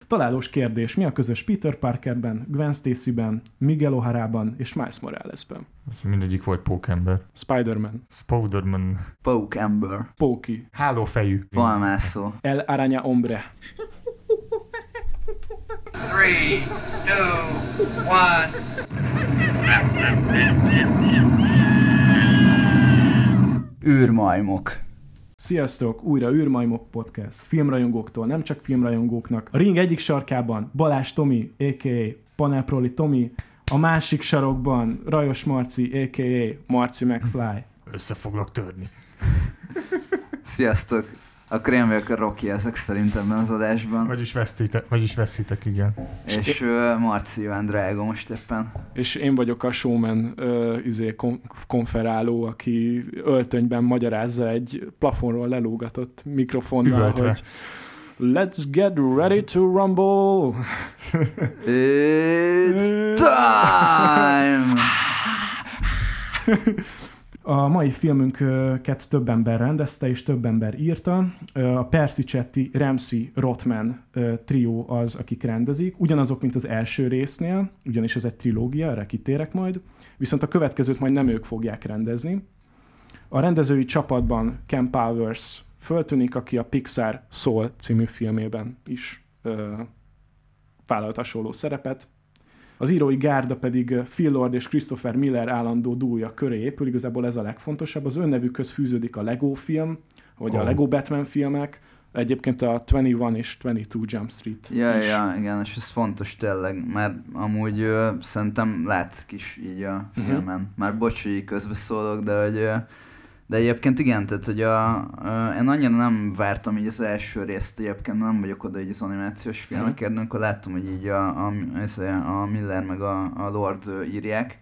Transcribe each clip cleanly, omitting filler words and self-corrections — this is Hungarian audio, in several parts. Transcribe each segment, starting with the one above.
Találós kérdés, mi a közös Peter Parkerben, Gwen Stacyben, Miguel O'Harában és Miles Moralesben? Azt mindegyik volt pókember. Spider-Man. Spider-Man. Poke-ember. Pokey. Hálófejű. Falmászó. El Araña Hombre. 3, 2, 1. Űrmajmok. Sziasztok! Újra űrmajmok podcast. Filmrajongóktól, nem csak filmrajongóknak. A ring egyik sarkában Balázs Tomi, a.k.a. Panelproli Tomi, a másik sarokban Rajos Marci, a.k.a. Marci McFly. Össze foglak törni. Sziasztok! Akkor én vagyok a Rocky ezek szerint ebben az adásban. Vagyis veszítek, igen. És Marci Iván drága most éppen. És én vagyok a showman konferáló, aki öltönyben magyarázza egy plafonról lelógatott mikrofonnal, Üvöltve. hogy Let's get ready to rumble! It's time! A mai filmünket több ember rendezte és több ember írta. A Percy Chetty, Ramsey, Rothman trió az, akik rendezik. Ugyanazok, mint az első résznél, ugyanis ez egy trilógia, erre kitérek majd. Viszont a következőt majd nem ők fogják rendezni. A rendezői csapatban Ken Powers föltűnik, aki a Pixar Soul című filmében is vállalt hasonló szerepet. Az írói gárda pedig Phil Lord és Christopher Miller állandó dúlja köré épül, igazából ez a legfontosabb. Az önnevükhöz fűződik a Lego film, vagy a Lego Batman filmek, egyébként a 21 és 22 Jump Street. Ja, igen, és ez fontos tényleg, mert amúgy szerintem látszik is így a filmen. Már bocs, hogy így közbeszólok, de egyébként igen, tehát hogy én annyira nem vártam így az első részt, egyébként nem vagyok oda így az animációs filmekért, de amikor láttam, hogy így a Miller meg a Lord írják,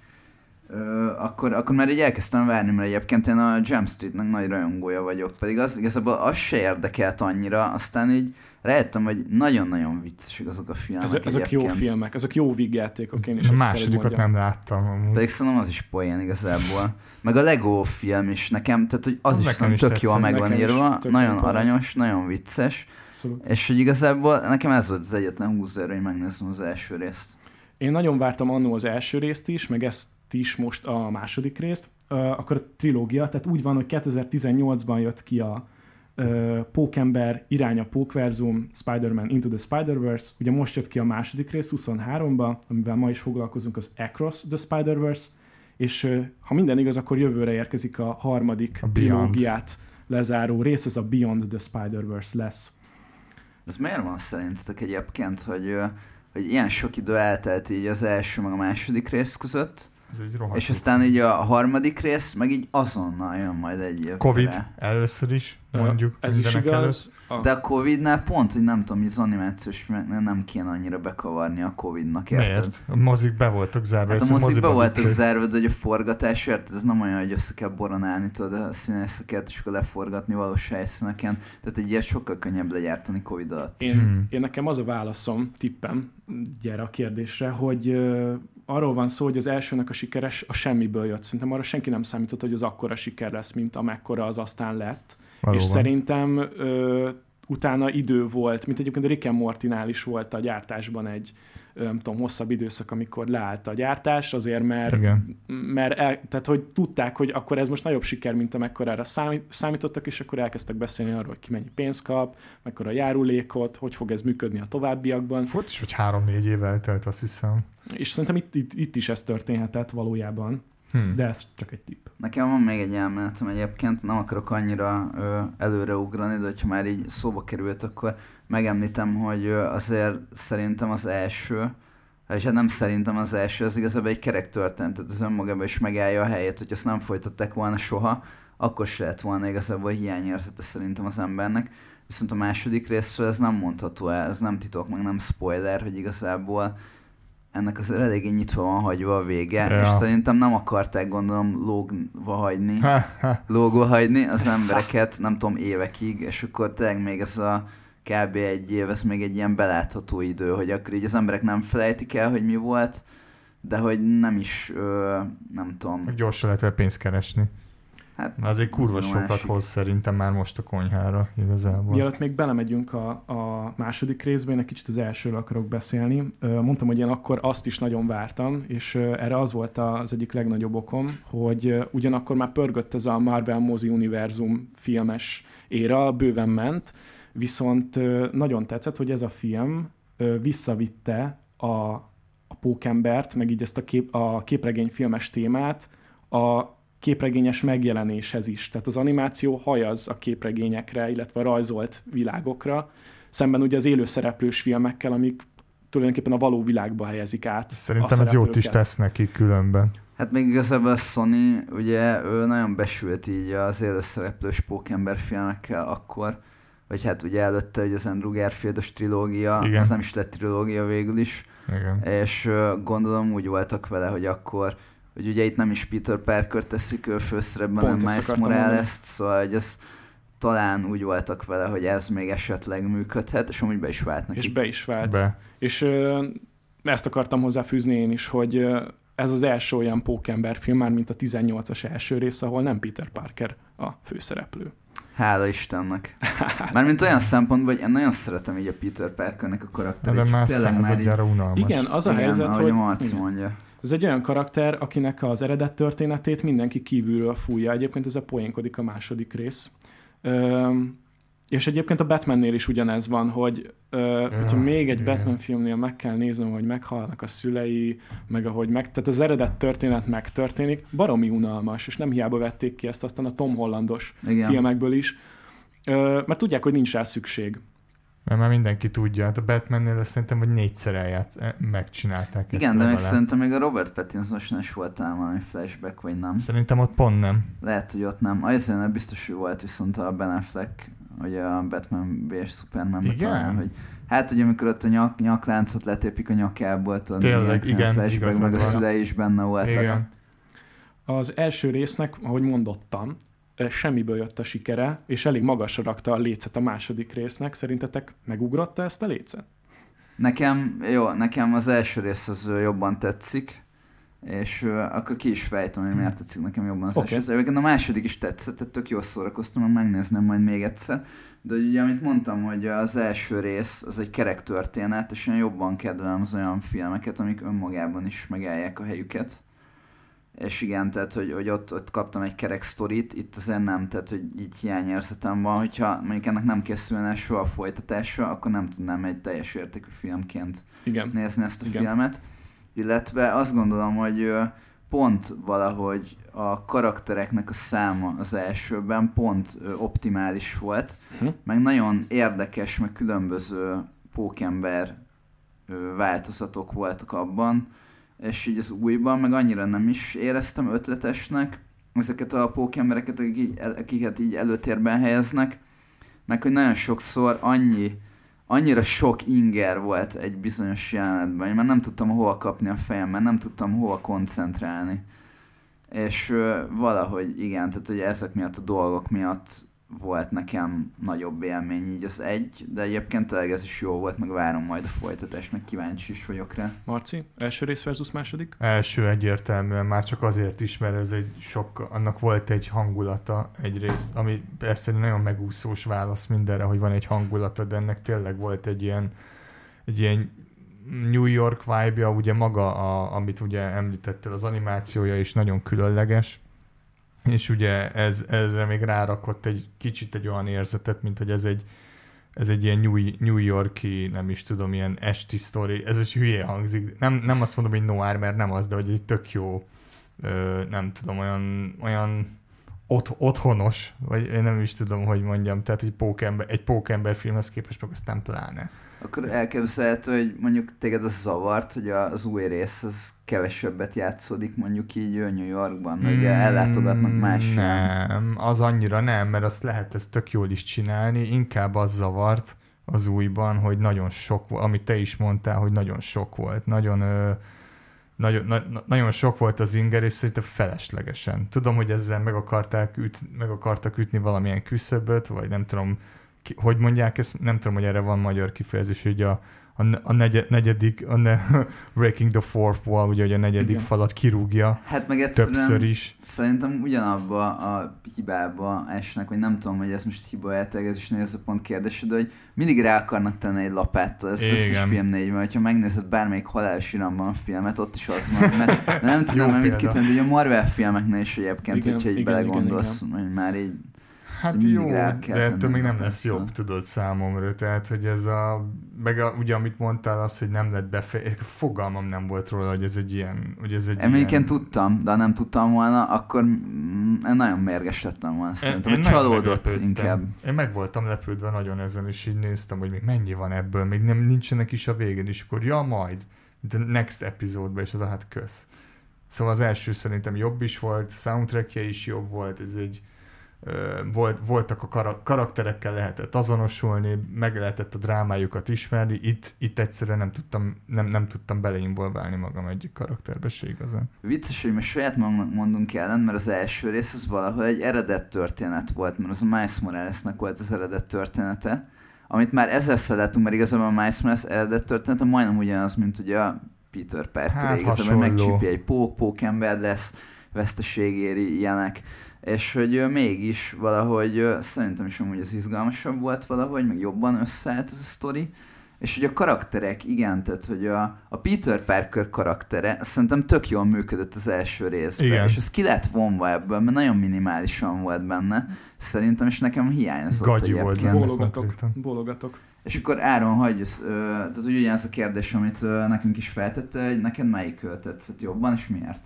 akkor már így elkezdtem várni, mert egyébként én a Jump Streetnek nagy rajongója vagyok, pedig igazából az se érdekelt annyira, aztán így rájöttem, hogy nagyon-nagyon viccesek azok a filmek. Ezek jó filmek, ezek jó vígjátékok, én is A ezt másodikat nem láttam amúgy. Pedig szerintem az is poén igazából. Meg a Lego film is nekem, tehát hogy az is nekem is tök jól meg Nekem van is írva, tök nagyon jó aranyos, nagyon vicces, Abszolút. és hogy igazából nekem ez volt az egyetlen húzóerő, hogy megnézem az első részt. Én nagyon vártam annó az első részt is, meg ezt is most a második részt. Akkor a trilógia, tehát úgy van, hogy 2018-ban jött ki a Pókember irány a Pókverzum, Spider-Man Into the Spider-Verse. Ugye most jött ki a második rész 23-ba, amivel ma is foglalkozunk, az Across the Spider-Verse, és ha minden igaz, akkor jövőre érkezik a harmadik trilógiát lezáró rész, ez a Beyond the Spider-Verse lesz. Ez miért van szerintetek egyébként, hogy ilyen sok idő eltelt így az első meg a második rész között, és aztán így a harmadik rész, meg így azonnal jön majd egy évre. Covid először is, mondjuk ez is igaz. De a Covid-nál pont, hogy nem tudom, hogy az animációs filmeknél nem kéne annyira bekavarni a Covid-nak, érted? Miért? A mozik be voltak zárva. Hát a mozik be voltak zárva, de hogy a forgatás, érted? Ez nem olyan, hogy össze kell boronálni, tudod, a színészeket, és akkor leforgatni valós helyszíneken. Tehát egy ilyet sokkal könnyebb legyártani Covid alatt. Én nekem az a válaszom, tippem, gyere a kérdésre, hogy arról van szó, hogy az elsőnek a sikeres a semmiből jött. Szerintem arra senki nem számított, hogy az akkora siker lesz, mint amekkora az aztán lett. Valóban. És szerintem utána idő volt, mint egyébként a Rick and Mortynál is volt a gyártásban egy nem tudom, hosszabb időszak, amikor leállt a gyártás, azért tehát hogy tudták, hogy akkor ez most nagyobb siker, mint amekkorára számítottak, és akkor elkezdtek beszélni arról, hogy ki mennyi pénzt kap, mekkora járulékot, hogy fog ez működni a továbbiakban. Volt is, hogy 3-4 év eltelt, azt hiszem. És szerintem itt is ez történhetett valójában. De ez csak egy tipp. Nekem van még egy elméletem egyébként, nem akarok annyira előreugrani, de hogyha már így szóba került, akkor megemlítem, hogy azért szerintem az első, és hát nem szerintem az első, az igazából egy kerek történet, tehát az önmagában is megállja a helyét, hogy ezt nem folytatták volna soha, akkor se lett volna igazából hiányérzete szerintem az embernek. Viszont a második részről ez nem mondható el, ez nem titok, meg nem spoiler, hogy igazából ennek az eléggé nyitva van hagyva a vége, és szerintem nem akarták, gondolom, lógva hagyni az embereket, nem tudom, évekig, és akkor tényleg még ez a kb. Egy év, ez még egy ilyen belátható idő, hogy akkor így az emberek nem felejtik el, hogy mi volt, de hogy nem is, nem tudom. Gyorsan lehet el pénzt keresni. Hát, Azért kurva az a sokat másik. hoz szerintem már most a konyhára igazából. Mielőtt még belemegyünk a második részbe, én egy kicsit az elsőről akarok beszélni. Mondtam, hogy én akkor azt is nagyon vártam, és erre az volt az egyik legnagyobb okom, hogy ugyanakkor már pörgött ez a Marvel mozi univerzum filmes éra, bőven ment, viszont nagyon tetszett, hogy ez a film visszavitte a pókembert, meg így ezt a képregény filmes témát a képregényes megjelenéshez is. Tehát az animáció hajaz a képregényekre, illetve a rajzolt világokra, szemben ugye az élőszereplős filmekkel, amik tulajdonképpen a való világba helyezik át Szerintem a ez jót is szereplőket. tesz neki különben. Hát még igazából a Sony, ugye ő nagyon besült így az élőszereplős pókember filmekkel akkor, vagy hát ugye előtte hogy az Andrew Garfield-os trilógia, Igen. az nem is lett trilógia végül is, Igen. és gondolom úgy voltak vele, hogy akkor, hogy ugye itt nem is Peter Parker teszik ő főszerepben, Pont hanem ezt Miles akartam Morales-t, szóval hogy ez talán úgy voltak vele, hogy ez még esetleg működhet, és amúgy be is vált neki. És be is vált. Be. És ezt akartam hozzáfűzni én is, hogy ez az első olyan pókember film, már mint a 18-as első rész, ahol nem Peter Parker a főszereplő. Hála Istennek. Mármint olyan szempontból, hogy én nagyon szeretem így a Peter Parkernek a De karakterét. már tényleg már így- századjára unalmas. Igen, az a igen, helyzet, ahogy hogy a Marci igen. mondja. Ez egy olyan karakter, akinek az eredet történetét mindenki kívülről fújja. Egyébként ez a poénkodik a második rész. És egyébként a Batmannél is ugyanez van, hogy hogyha még egy igen. Batman filmnél meg kell néznem, hogy meghalnak a szülei, meg ahogy tehát az eredet történet megtörténik, baromi unalmas, és nem hiába vették ki ezt aztán a Tom Hollandos Igen. filmekből is, mert tudják, hogy nincs rá szükség. Mert már mindenki tudja. Hát a Batmannél azt szerintem, hogy 4-szer megcsinálták Igen, ezt de meg legalább. szerintem még a Robert Pattinsonnak is volt talán valami flashback, vagy nem. Szerintem ott pont nem. Lehet, hogy ott nem. Azért biztos, hogy volt viszont a Ben Affleck, hogy a Batman vs. Superman Igen? talán, hogy hát, hogy amikor ott a nyakláncot letépik a nyakából, tudod, Tényleg, ilyen igen, flashback, igazad meg a van. szülei is benne voltak. Igen. Az első résznek, ahogy mondottam, semmiből jött a sikere, és elég magasra rakta a lécet a második résznek. Szerintetek megugrotta ezt a lécet? Nekem az első rész az jobban tetszik, és akkor ki is fejtem, hogy miért tetszik nekem jobban az Oké. első. Egyébként a második is tetszett, tehát tök jól szórakoztam, meg megnézném majd még egyszer. De ugye, amit mondtam, hogy az első rész az egy kerek történet, és én jobban kedvelem az olyan filmeket, amik önmagában is megállják a helyüket. És igen, tehát, hogy ott kaptam egy kerek sztorit, itt azért nem, tehát, hogy így hiányérzetem van, hogyha mondjuk ennek nem készülne soha folytatása, akkor nem tudnám egy teljes értékű filmként Igen. nézni ezt a Igen. filmet. Illetve azt gondolom, hogy pont valahogy a karaktereknek a száma az elsőben pont optimális volt, meg nagyon érdekes, meg különböző pókember változatok voltak abban, és így az újban meg annyira nem is éreztem ötletesnek ezeket a pókembereket, akiket így előtérben helyeznek, meg hogy nagyon sokszor annyira sok inger volt egy bizonyos jelenetben, hogy már nem tudtam hova kapni a fejemben, nem tudtam hova koncentrálni. És valahogy igen, tehát hogy ezek miatt a dolgok miatt volt nekem nagyobb élmény így az egy, de egyébként tényleg ez is jó volt, meg várom majd a folytatást, meg kíváncsi is vagyok rá. Marci, első rész versus második? Első egyértelműen már csak azért is, mert ez egy sok, annak volt egy hangulata egyrészt, ami persze egy nagyon megúszós válasz mindenre, hogy van egy hangulata, de ennek tényleg volt egy ilyen New York vibe-ja, ugye maga, amit ugye említettél, az animációja is nagyon különleges, és ugye ezre még rárakott egy kicsit egy olyan érzetet, mint hogy ez egy ilyen New York-i, nem is tudom, ilyen esti sztori, ez úgy hülye hangzik, nem azt mondom, hogy noir, mert nem az, de hogy egy tök jó, nem tudom, olyan otthonos, vagy én nem is tudom, hogy mondjam, tehát egy pókember filmhez képest meg aztán pláne. Akkor elképzelhető, hogy mondjuk téged az zavart, hogy az új rész az kevesebbet játszódik mondjuk így New Yorkban, hogy ellátogatnak más. Nem, az annyira nem, mert azt lehet ezt tök jól is csinálni, inkább az zavart az újban, hogy nagyon sok volt, amit te is mondtál, hogy nagyon sok volt, nagyon sok volt az inger, és szerintem feleslegesen. Tudom, hogy ezzel meg akartak ütni valamilyen küszöböt, vagy nem tudom, hogy mondják ezt, nem tudom, hogy erre van magyar kifejezés, hogy negyedik, breaking the fourth wall, ugye, hogy a negyedik Igen. falat kirúgja Hát meg többször egyszerűen is. szerintem ugyanabba a hibába esnek, vagy nem tudom, hogy ez most hiba-elteg, ez is nézőpont kérdésed, hogy mindig rá akarnak tenni egy lapáttal, ez az összes Igen. filmnél így van, hogyha megnézed bármelyik halálos iramban a filmet, ott is az van, mert de nem tudom, Jó mert mit példa. kitenni, hogy a Marvel filmeknél is egyébként, Igen, hogyha így igen, belegondolsz, hogy már így Hát mindig jó, rá kell de ettől tenni még nem a lesz lapáttal. jobb, tudod, számomra. Tehát, hogy ez a... Meg ugye, amit mondtál, az, hogy nem lett fogalmam nem volt róla, hogy ez egy ilyen... Hogy ez egy Emléken tudtam, de ha nem tudtam volna, akkor én nagyon mérges lettem volna szerintem, hogy nagyon csalódott meglepődtem. inkább. Én meg voltam lepődve nagyon ezen, és így néztem, hogy még mennyi van ebből, még nincsenek is a végén, és akkor ja, majd, the next epizódban, és az a hát kösz. Szóval az első szerintem jobb is volt, soundtrackje is jobb volt, ez egy voltak a karakterekkel lehetett azonosulni, meg lehetett a drámájukat ismerni, itt egyszerűen nem tudtam beleinvolválni magam egyik karakterbe se igazán. Vicces, hogy most saját magunknak mondunk ellen, mert az első rész az valahol egy eredet történet volt, mert az a Miles Moralesnek volt az eredet története, amit már ezerszer láttunk, mert igazából a Miles Morales eredet története majdnem ugyanaz, mint ugye a Peter Parker, Hát igazából hasonló. megcsípje egy pókember lesz, veszteség éri ilyenek, és hogy mégis valahogy szerintem is amúgy az izgalmasabb volt valahogy, meg jobban összeállt ez a sztori, és hogy a karakterek, igen, tehát hogy a Peter Parker karaktere szerintem tök jól működött az első részben, Igen. és ez ki lett vonva ebből, mert nagyon minimálisan volt benne, szerintem, és nekem hiányzott Gagyi volt egyébként. benne. Bólogatok, konkrétan. bólogatok. És akkor Áron, hagyj, tehát úgy ugyanaz a kérdés, amit nekünk is feltette, hogy neked melyik tetszett jobban, és miért?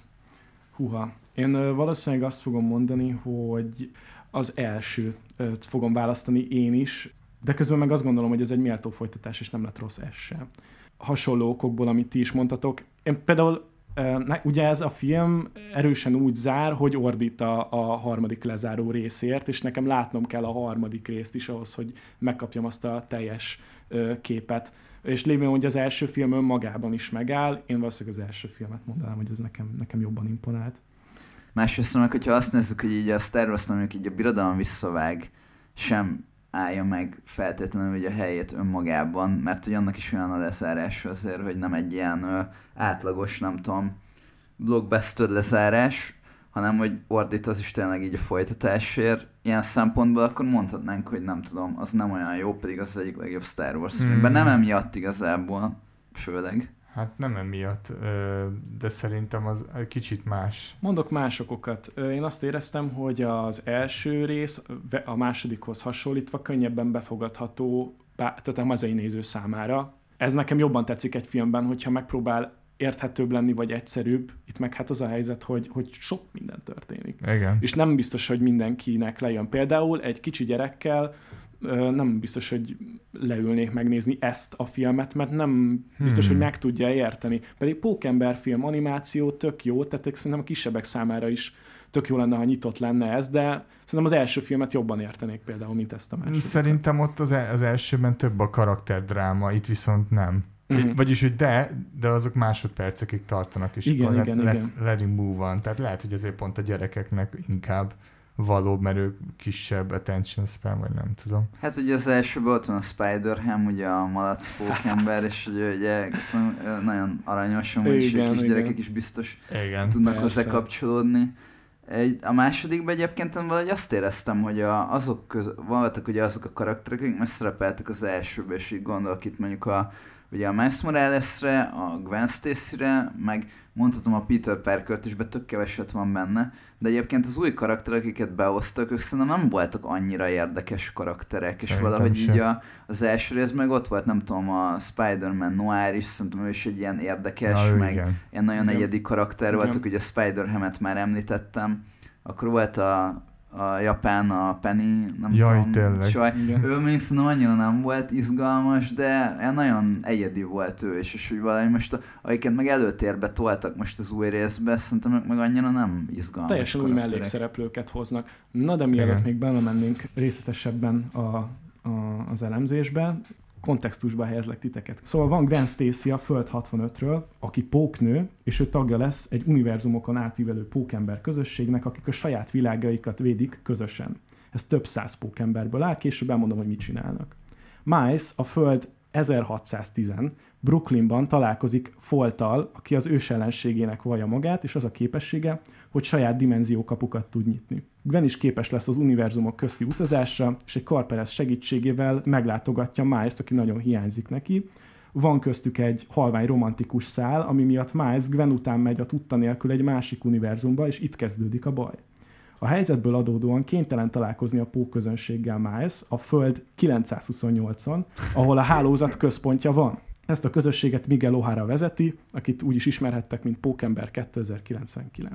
Húha. Én valószínűleg azt fogom mondani, hogy az elsőt fogom választani én is, de közben meg azt gondolom, hogy ez egy méltó folytatás, és nem lett rossz ez sem. Hasonló okokból, amit ti is mondtatok. Én például, ugye ez a film erősen úgy zár, hogy ordít a harmadik lezáró részért, és nekem látnom kell a harmadik részt is ahhoz, hogy megkapjam azt a teljes képet. És lévén, hogy az első film önmagában is megáll, én valószínűleg az első filmet mondanám, hogy ez nekem jobban imponált. Másrészt meg, hogyha azt nézzük, hogy így a Star Wars, mondjuk így a birodalom visszavág, sem állja meg feltétlenül ugye a helyét önmagában, mert hogy annak is olyan a lezárás azért, hogy nem egy ilyen átlagos, nem tudom, blockbuster lezárás, hanem hogy ordít az is tényleg így a folytatásért. Ilyen szempontból akkor mondhatnánk, hogy nem tudom, az nem olyan jó, pedig az egyik legjobb Star Wars filmben. Nem emiatt igazából, főleg. Hát nem emiatt, de szerintem az kicsit más. Mondok más okokat. Én azt éreztem, hogy az első rész a másodikhoz hasonlítva könnyebben befogadható, tehát a hazai néző számára. Ez nekem jobban tetszik egy filmben, hogyha megpróbál érthetőbb lenni, vagy egyszerűbb. Itt meg hát az a helyzet, hogy sok minden történik. Igen. És nem biztos, hogy mindenkinek lejön. Például egy kicsi gyerekkel nem biztos, hogy leülnék megnézni ezt a filmet, mert nem biztos, hogy meg tudja érteni. Pedig Pókember film, animáció tök jó, tehát szerintem a kisebbek számára is tök jó lenne, ha nyitott lenne ez, de szerintem az első filmet jobban értenék például, mint ezt a másodikat. Szerintem ott az elsőben több a karakterdráma, itt viszont nem. Vagyis, hogy de azok másodpercekig tartanak, és Igen, akkor igen. letting move on. Tehát lehet, hogy ezért pont a gyerekeknek inkább valóbb, mert ők kisebb attention span, vagy nem tudom. Hát ugye az elsőben ott van a Spider-Ham, ugye a malac pókember, és ugye nagyon aranyos, és a kisgyerekek is biztos tudnak hozzá kapcsolódni. A másodikban egyébként valahogy azt éreztem, hogy voltak ugye azok a karakterek, akik már szerepeltek az elsőben, és így gondolok itt mondjuk ugye a Miles Moralesre, a Gwen Stacy-re, meg mondhatom a Peter Parkert is, tök keveset van benne, de egyébként az új karakterek, akiket behoztak, ők szerintem nem voltak annyira érdekes karakterek, és szerintem valahogy sem. így az első rész meg ott volt, nem tudom, a Spider-Man Noir is, szerintem ő is egy ilyen érdekes, meg ilyen nagyon egyedi karakter voltak, ugye a Spider-Ham-et már említettem, akkor volt a japán, a Penny, nem tudom, tényleg. Ő még szerintem annyira nem volt izgalmas, de nagyon egyedi volt ő is, és hogy valami most, akiket meg előtérbe toltak most az új részbe, szerintem ők meg annyira nem izgalmas. Teljesen új mellékszereplőket hoznak. Na de mielőtt még belemennénk részletesebben az elemzésbe, kontextusba helyezlek titeket. Szóval van Gwen Stacy a Föld 65-ről, aki póknő, és ő tagja lesz egy univerzumokon átívelő pókember közösségnek, akik a saját világaikat védik közösen. Ez több száz pókemberből áll, később elmondom, hogy mit csinálnak. Miles a Föld 1610 Brooklynban találkozik Folttal, aki az ősellenségének vallja magát, és az a képessége, hogy saját dimenziókapukat tud nyitni. Gwen is képes lesz az univerzumok közti utazásra, és egy Karperes segítségével meglátogatja Miles-t, aki nagyon hiányzik neki. Van köztük egy halvány romantikus szál, ami miatt Miles Gwen után megy a tudta nélkül egy másik univerzumba, és itt kezdődik a baj. A helyzetből adódóan kénytelen találkozni a pókközönséggel Miles a Föld 928-on, ahol a hálózat központja van. Ezt a közösséget Miguel O'Hara vezeti, akit úgy is ismerhettek, mint Pókember 2099.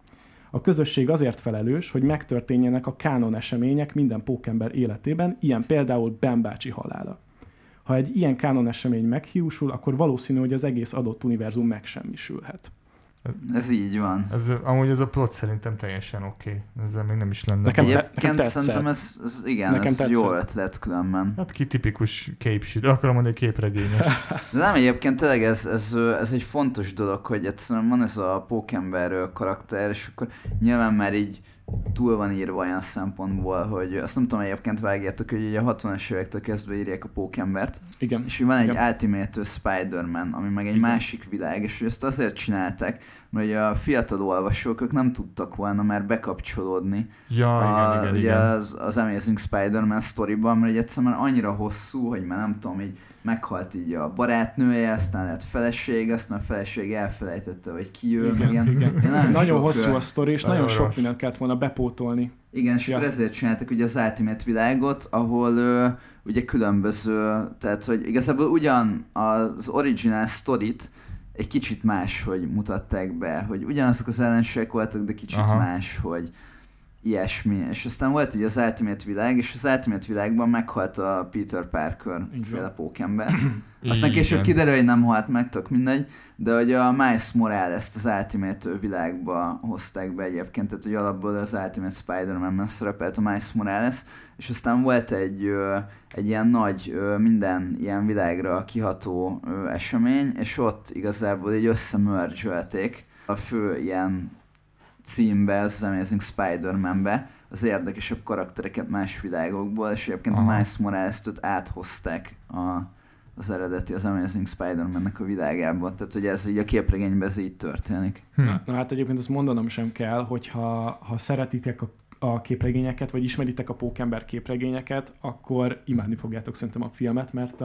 A közösség azért felelős, hogy megtörténjenek a kánon események minden pókember életében, ilyen például Ben bácsi halála. Ha egy ilyen kánon esemény meghiúsul, akkor valószínű, hogy az egész adott univerzum megsemmisülhet. Ez így van. Amúgy ez a plot szerintem teljesen oké. Ezzel még nem is lenne. Nekem szerintem ez jó ötlet különben. Hát ki tipikus képsít. Akarom mondani, képregényes. De nem, egyébként tényleg ez egy fontos dolog, hogy egyszerűen van ez a pókember karakter, és akkor nyilván már így túl van írva olyan szempontból, hogy azt nem tudom, egyébként vágjátok, hogy ugye a 60-as évektől kezdve írják a pókembert. Igen. És van egy Ultimate Spider-Man, ami meg egy másik világ, és hogy ezt azért csinálták, mert a fiatal olvasók ők nem tudtak volna már bekapcsolódni igen. Az Amazing Spider-Man sztoriban, mert egyszerűen annyira hosszú, hogy már nem tudom, így meghalt így a barátnője, aztán lett feleség, aztán a feleség elfelejtette, hogy ki ő. Igen. Nagyon hosszú a sztori, és nagyon sok mindent kellett volna bepótolni. Igen, és akkor ezért csináltak ugye az Ultimate világot, ahol ugye különböző, tehát hogy igazából ugyan az original sztorit egy kicsit más, hogy mutatták be, hogy ugyanazok az ellenségek voltak, de kicsit más, hogy ilyesmi. És aztán volt ugye az Ultimate világ, és az Ultimate világban meghalt a Peter Parker féle pókember. Aztán később kiderül, hogy nem halt meg, tök mindegy, de hogy a Miles Morales-t az Ultimate világba hozták be egyébként, tehát hogy alapból az Ultimate Spider-Man-ben szerepelt a Miles Morales, és aztán volt egy ilyen nagy, minden ilyen világra kiható esemény, és ott igazából így összemergelték a fő ilyen címbe, az Amazing Spider-Man-be az érdekesebb karaktereket más világokból, és egyébként a Miles Morales-t áthozták az eredeti, az Amazing Spider-Man-nek a világába. Tehát, hogy ez így a képregényben ez így történik. Na hát egyébként azt mondanom sem kell, hogy ha szeretitek a képregényeket, vagy ismeritek a Pókember képregényeket, akkor imádni fogjátok szerintem a filmet, mert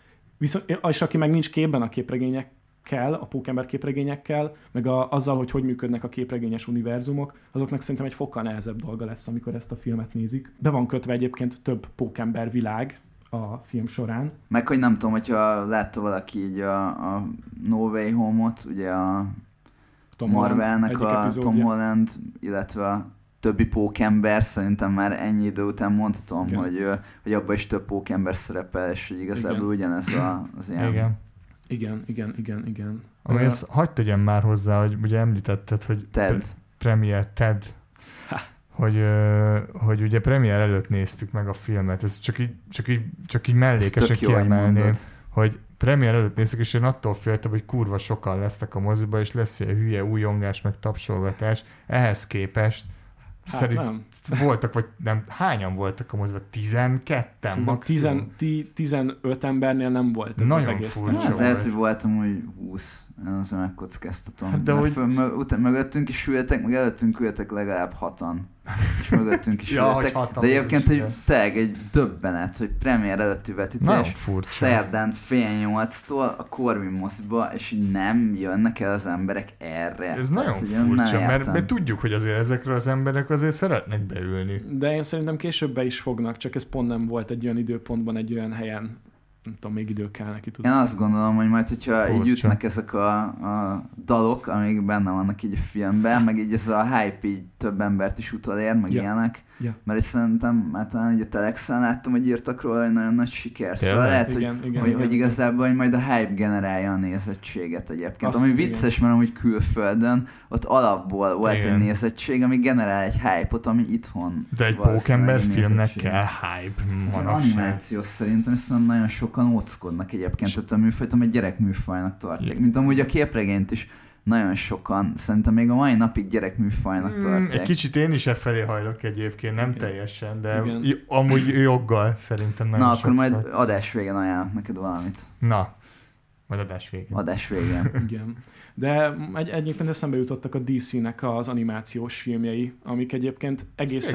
és aki meg nincs képben a képregényekkel, a Pókember képregényekkel, meg azzal, hogy működnek a képregényes univerzumok, azoknak szerintem egy fokkal nehezebb dolga lesz, amikor ezt a filmet nézik. Be van kötve egyébként több Pókember világ a film során. Meg hogy nem tudom, hogyha látta valaki így a No Way Home-ot, ugye a Marvelnek a Tom Holland, illetve a többi pókember, szerintem már ennyi idő után mondhatom, hogy abban is több pókember szerepel, és hogy igazából ugyanez az ilyen... Igen. Ami ezt hagyd tegyem már hozzá, hogy ugye említetted, hogy Premier Ted, hogy ugye premier előtt néztük meg a filmet, ez csak így mellékesen kiemelném, hogy premier előtt néztük, és én attól féltem, hogy kurva sokan lesznek a moziba, és lesz ilyen hülye újongás, meg tapsolgatás. Ehhez képest nem. Voltak, vagy nem, hányan voltak a moziban? 12-en maximum? 15 embernél nem volt nagyon az egész. Furcsa volt. Lehet, hogy voltam úgy 20, én azért megkockáztatom. Hát de hogy... mögöttünk is ültek, meg előttünk ültek legalább 6-an. És mögöttünk is ültek. De egyébként egy döbbenet, hogy premier előtti vetítés szerdán fél 8-tól a Corvin moziba, és így nem jönnek el az emberek erre. Ez nagyon furcsa, mert tudjuk, hogy azért ezekre az emberek azért szeretnek beülni. De én szerintem később be is fognak, csak ez pont nem volt egy olyan időpontban, egy olyan helyen. Nem tudom, még idő kell neki tudni. Én azt gondolom, hogy majd, hogyha így jutnak ezek a dalok, amik benne vannak így a filmben, meg így ez a hype így több embert is utolér, meg ilyenek. Mert is szerintem már talán így a Telexen láttam, hogy írtak róla, hogy nagyon nagy siker. Szóval lehet, hogy igazából hogy majd a hype generálja a nézettséget egyébként. Ami vicces, mert amúgy külföldön ott alapból volt egy nézettség, ami generál egy hype-ot, ami itthon. De egy pókember filmnek kell hype manapság. Animációs szerintem nagyon sokan óckodnak egyébként a műfajt, ami gyerekműfajnak tartják. Mint amúgy a képregényt is. nagyon sokan, szerintem még a mai napig gyerekműfajnak tartják. Egy kicsit én is felé hajlok egyébként, nem teljesen, de Igen. amúgy joggal szerintem nagyon Na, akkor sokszor. majd adás végén ajánlok neked valamit. Na, majd adás végén. Adás végén. Igen. De egyébként eszembe jutottak a DC-nek az animációs filmjei, amik egyébként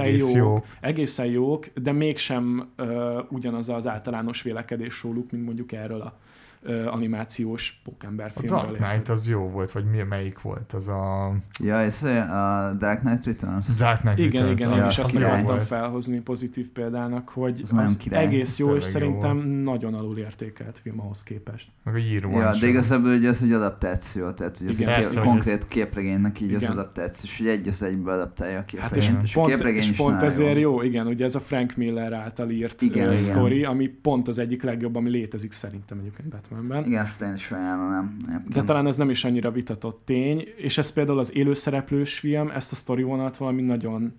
egészen jók, de mégsem ugyanaz az általános vélekedés róluk, mint mondjuk erről a animációs pókember A filmről. Dark Knight az jó volt, vagy melyik volt? Az a... Ja, ez a Dark Knight Returns? Dark Knight Igen, Returns, igen, az és azt király akartam volt. felhozni pozitív példának, hogy Az nagyon az király. egész jó, és Tényleg jó szerintem volt. nagyon alul értékelt film ahhoz képest. Meg a Year One Ja, sem. de igazából ugye ez egy adaptáció, tehát hogy ez Igen. egy Persze, hogy konkrét képregénynek így Igen. az adaptáció, és hogy egy az egybe adaptálja a Hát és képregényt. A képregény és is pont nagyon ezért jó, igen, ugye ez a Frank Miller által írt Igen. sztori, ami pont az egyik legjobb, ami létezik szerintem egyébként Batmanben. Igen, ezt én is ajánlanám. De talán ez nem is annyira vitatott tény, és ez például az élőszereplős film, ezt a sztori vonalat valami nagyon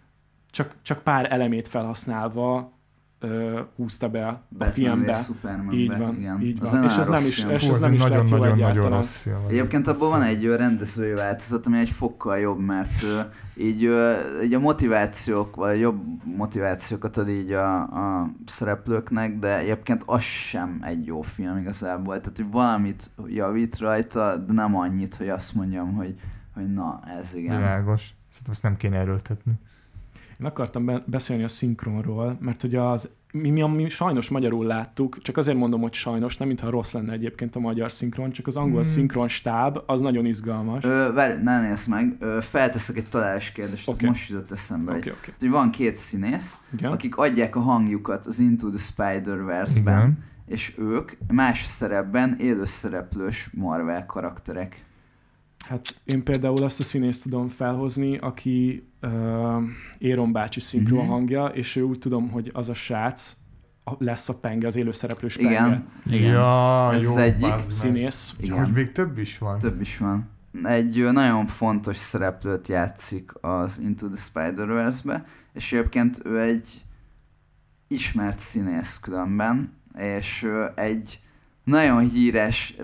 csak pár elemét felhasználva húzta be a filmbe. Így van, így van. És ez nem is, és Fú, ez nem is lett jó nagyon-nagyon egyáltalán. rossz film. Egyébként abban van egy rendezői változat, ami egy fokkal jobb, mert így a motivációk, vagy jobb motivációkat ad így a szereplőknek, de egyébként az sem egy jó film igazából. Tehát, hogy valamit javít rajta, de nem annyit, hogy azt mondjam, hogy na, ez igen. Világos. Szerintem ezt nem kéne erőltetni. Én akartam beszélni a szinkronról, mert hogy mi sajnos magyarul láttuk, csak azért mondom, hogy sajnos, nem mintha rossz lenne egyébként a magyar szinkron, csak az angol szinkron stáb, az nagyon izgalmas. Várj, ne nézd meg, felteszek egy találás kérdést, Okay. most jutott eszembe. Okay. Hogy van két színész, Igen. akik adják a hangjukat az Into the Spider-Verse-ben, Igen. és ők más szerepben élőszereplős Marvel karakterek. Hát én például azt a színészt tudom felhozni, aki Éron bácsi szinkron hangja, és ő úgy tudom, hogy az a srác lesz a Penge, az élőszereplős Penge Igen. Ja, Ez jó, az egyik bazd meg. színész. Igen. Hogy még több is van. Több is van. Egy nagyon fontos szereplőt játszik az Into the Spider-Verse-be, és egyébként ő egy ismert színész különben, és egy nagyon híres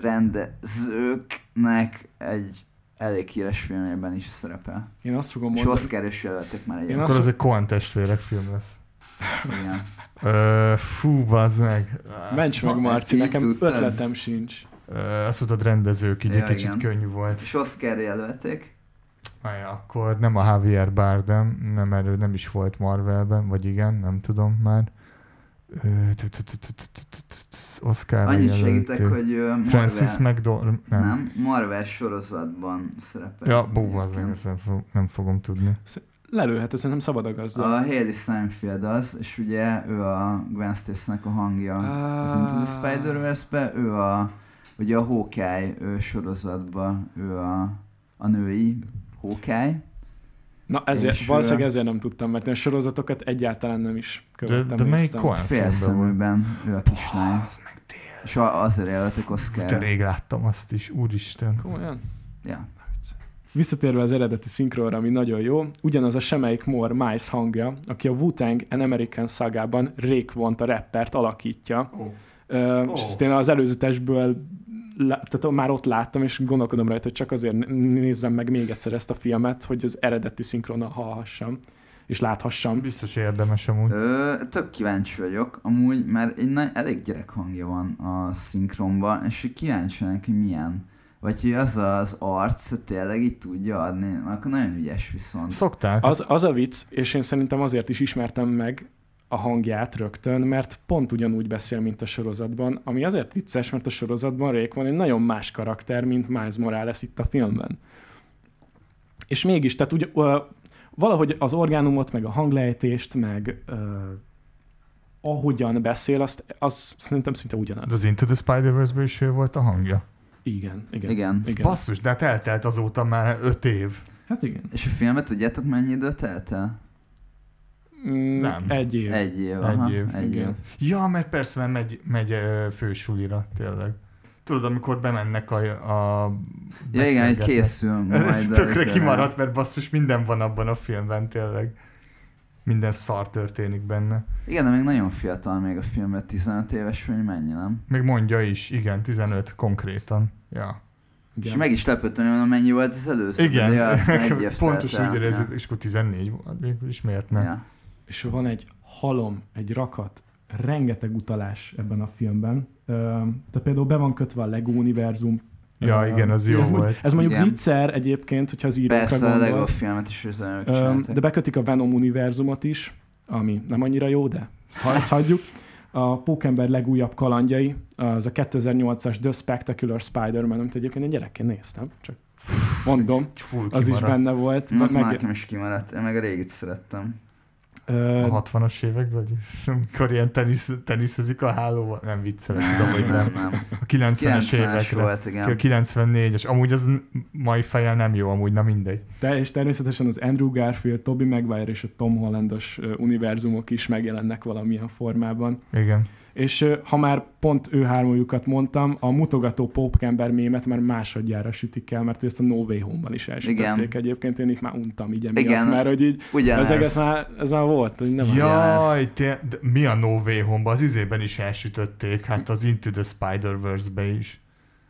rendezőknek egy elég híres filmében is szerepel. Én azt fogom És mondani. Oscar is jelölték már egy. Akkor az egy Coen testvérek film lesz. Igen. Fú, bazd meg. Ments meg, Na, Marci, ezt így nekem tudtad? ötletem sincs. Azt mondtad, rendezők, így Ja, egy kicsit igen. könnyű volt. És Oscar jelölték. Akkor nem a Javier Bardem, nem, erről nem is volt Marvelben, vagy igen, nem tudom már. Oscarra Annyit segítek, jelölték. hogy Francis Marvel... McDormand, nem. Marvel sorozatban szerepel. Ja, bú, az meg, ezt nem fogom tudni. Lelőhet, ez nem szabad a gazda. A Hailey Steinfeld az, és ugye ő a Gwen Stacy-nek a hangja az Into the Spider-Verse-be, ő ugye a Hawkeye sorozatban, ő a női Hawkeye. Na ezért, És, valószínűleg ezért nem tudtam, mert én a sorozatokat egyáltalán nem is követtem. De melyik néztem. Coen filmben volt? Félszeműben ő a kislány. Az meg tényleg. És azért jelöltek De Oscarra. rég láttam azt is, úristen. Komolyan? Ja. Visszatérve az eredeti szinkronra, ami nagyon jó, ugyanaz a semmelyik Moore Miles hangja, aki a Wu-Tang An American Sagában Raekwon a rappert alakítja. És ezt én az előzetesből tehát már ott láttam, és gondolkodom rajta, hogy csak azért nézzem meg még egyszer ezt a filmet, hogy az eredeti szinkronnal hallhassam, és láthassam. Biztos érdemes amúgy. Tök kíváncsi vagyok, amúgy, mert egy elég gyerek hangja van a szinkronban, és kíváncsi vagyok, hogy milyen. Vagy hogy az arc tényleg így tudja adni, akkor nagyon ügyes viszont. Szokták. Az a vicc, és én szerintem azért is ismertem meg a hangját rögtön, mert pont ugyanúgy beszél, mint a sorozatban, ami azért vicces, mert a sorozatban Raekwon egy nagyon más karakter, mint Miles Morales itt a filmben. És mégis, tehát valahogy az orgánumot, meg a hanglejtést, meg ahogyan beszél, az szerintem szinte ugyanaz. De az Into the Spider-Verse-ből is ő volt a hangja. Igen. Basszus, de hát eltelt azóta már 5 év. Hát igen. És a filmet tudjátok mennyi időt telt el? Nem. Egy év. Egy év. Egy év. Ja, mert persze, mert megy fősulira, tényleg. Tudod, amikor bemennek a ja, igen, hogy készül majd. Ez tökre kimaradt, mert basszus, minden van abban a filmben, tényleg. Minden szar történik benne. Igen, de még nagyon fiatal még a filmben, 15 éves vagy mennyi, nem? Még mondja is, igen, 15 konkrétan. Ja. És meg is lepődtem, hogy mondom, mennyi volt az először. Igen, de aztán egy év pontos telt el. úgy érezzük, és akkor 14 volt, és miért nem? Ja. És van egy halom, egy rakat, rengeteg utalás ebben a filmben. Tehát például be van kötve a Lego univerzum. Ja, igen, az jó volt. Ez mondjuk Igen. zicser egyébként, hogyha az írókra Persze, a Lego gondolsz. filmet is csináltak. De bekötik a Venom univerzumot is, ami nem annyira jó, de ha ezt hagyjuk. A Pókember legújabb kalandjai, az a 2008-as The Spectacular Spider-Man, amit egyébként én gyerekként néztem, csak mondom, Full az is kimaradt. benne volt. Az már nekem is kimaradt, én meg a régit szerettem. A 60-as években is, amikor ilyen teniszezik a hálóval, nem viccelek, tudom, hogy nem. A 90-es évekre, volt, igen. a 94-es, amúgy az mai fejjel nem jó, amúgy, na mindegy. És természetesen az Andrew Garfield, Tobey Maguire és a Tom Hollandos univerzumok is megjelennek valamilyen formában. Igen. És ha már pont ő hármójukat mondtam, a mutogató Pókember mémet már másodjára sütik el, mert ezt a No Way Home-ban is elsütötték egyébként, én itt már untam így emiatt, Igen. mert hogy így Ugyanez. ez már volt, hogy nem Jaj, de mi a No Way Home-ba? Az izében is elsütötték, hát az Into the Spider-Verse-be is.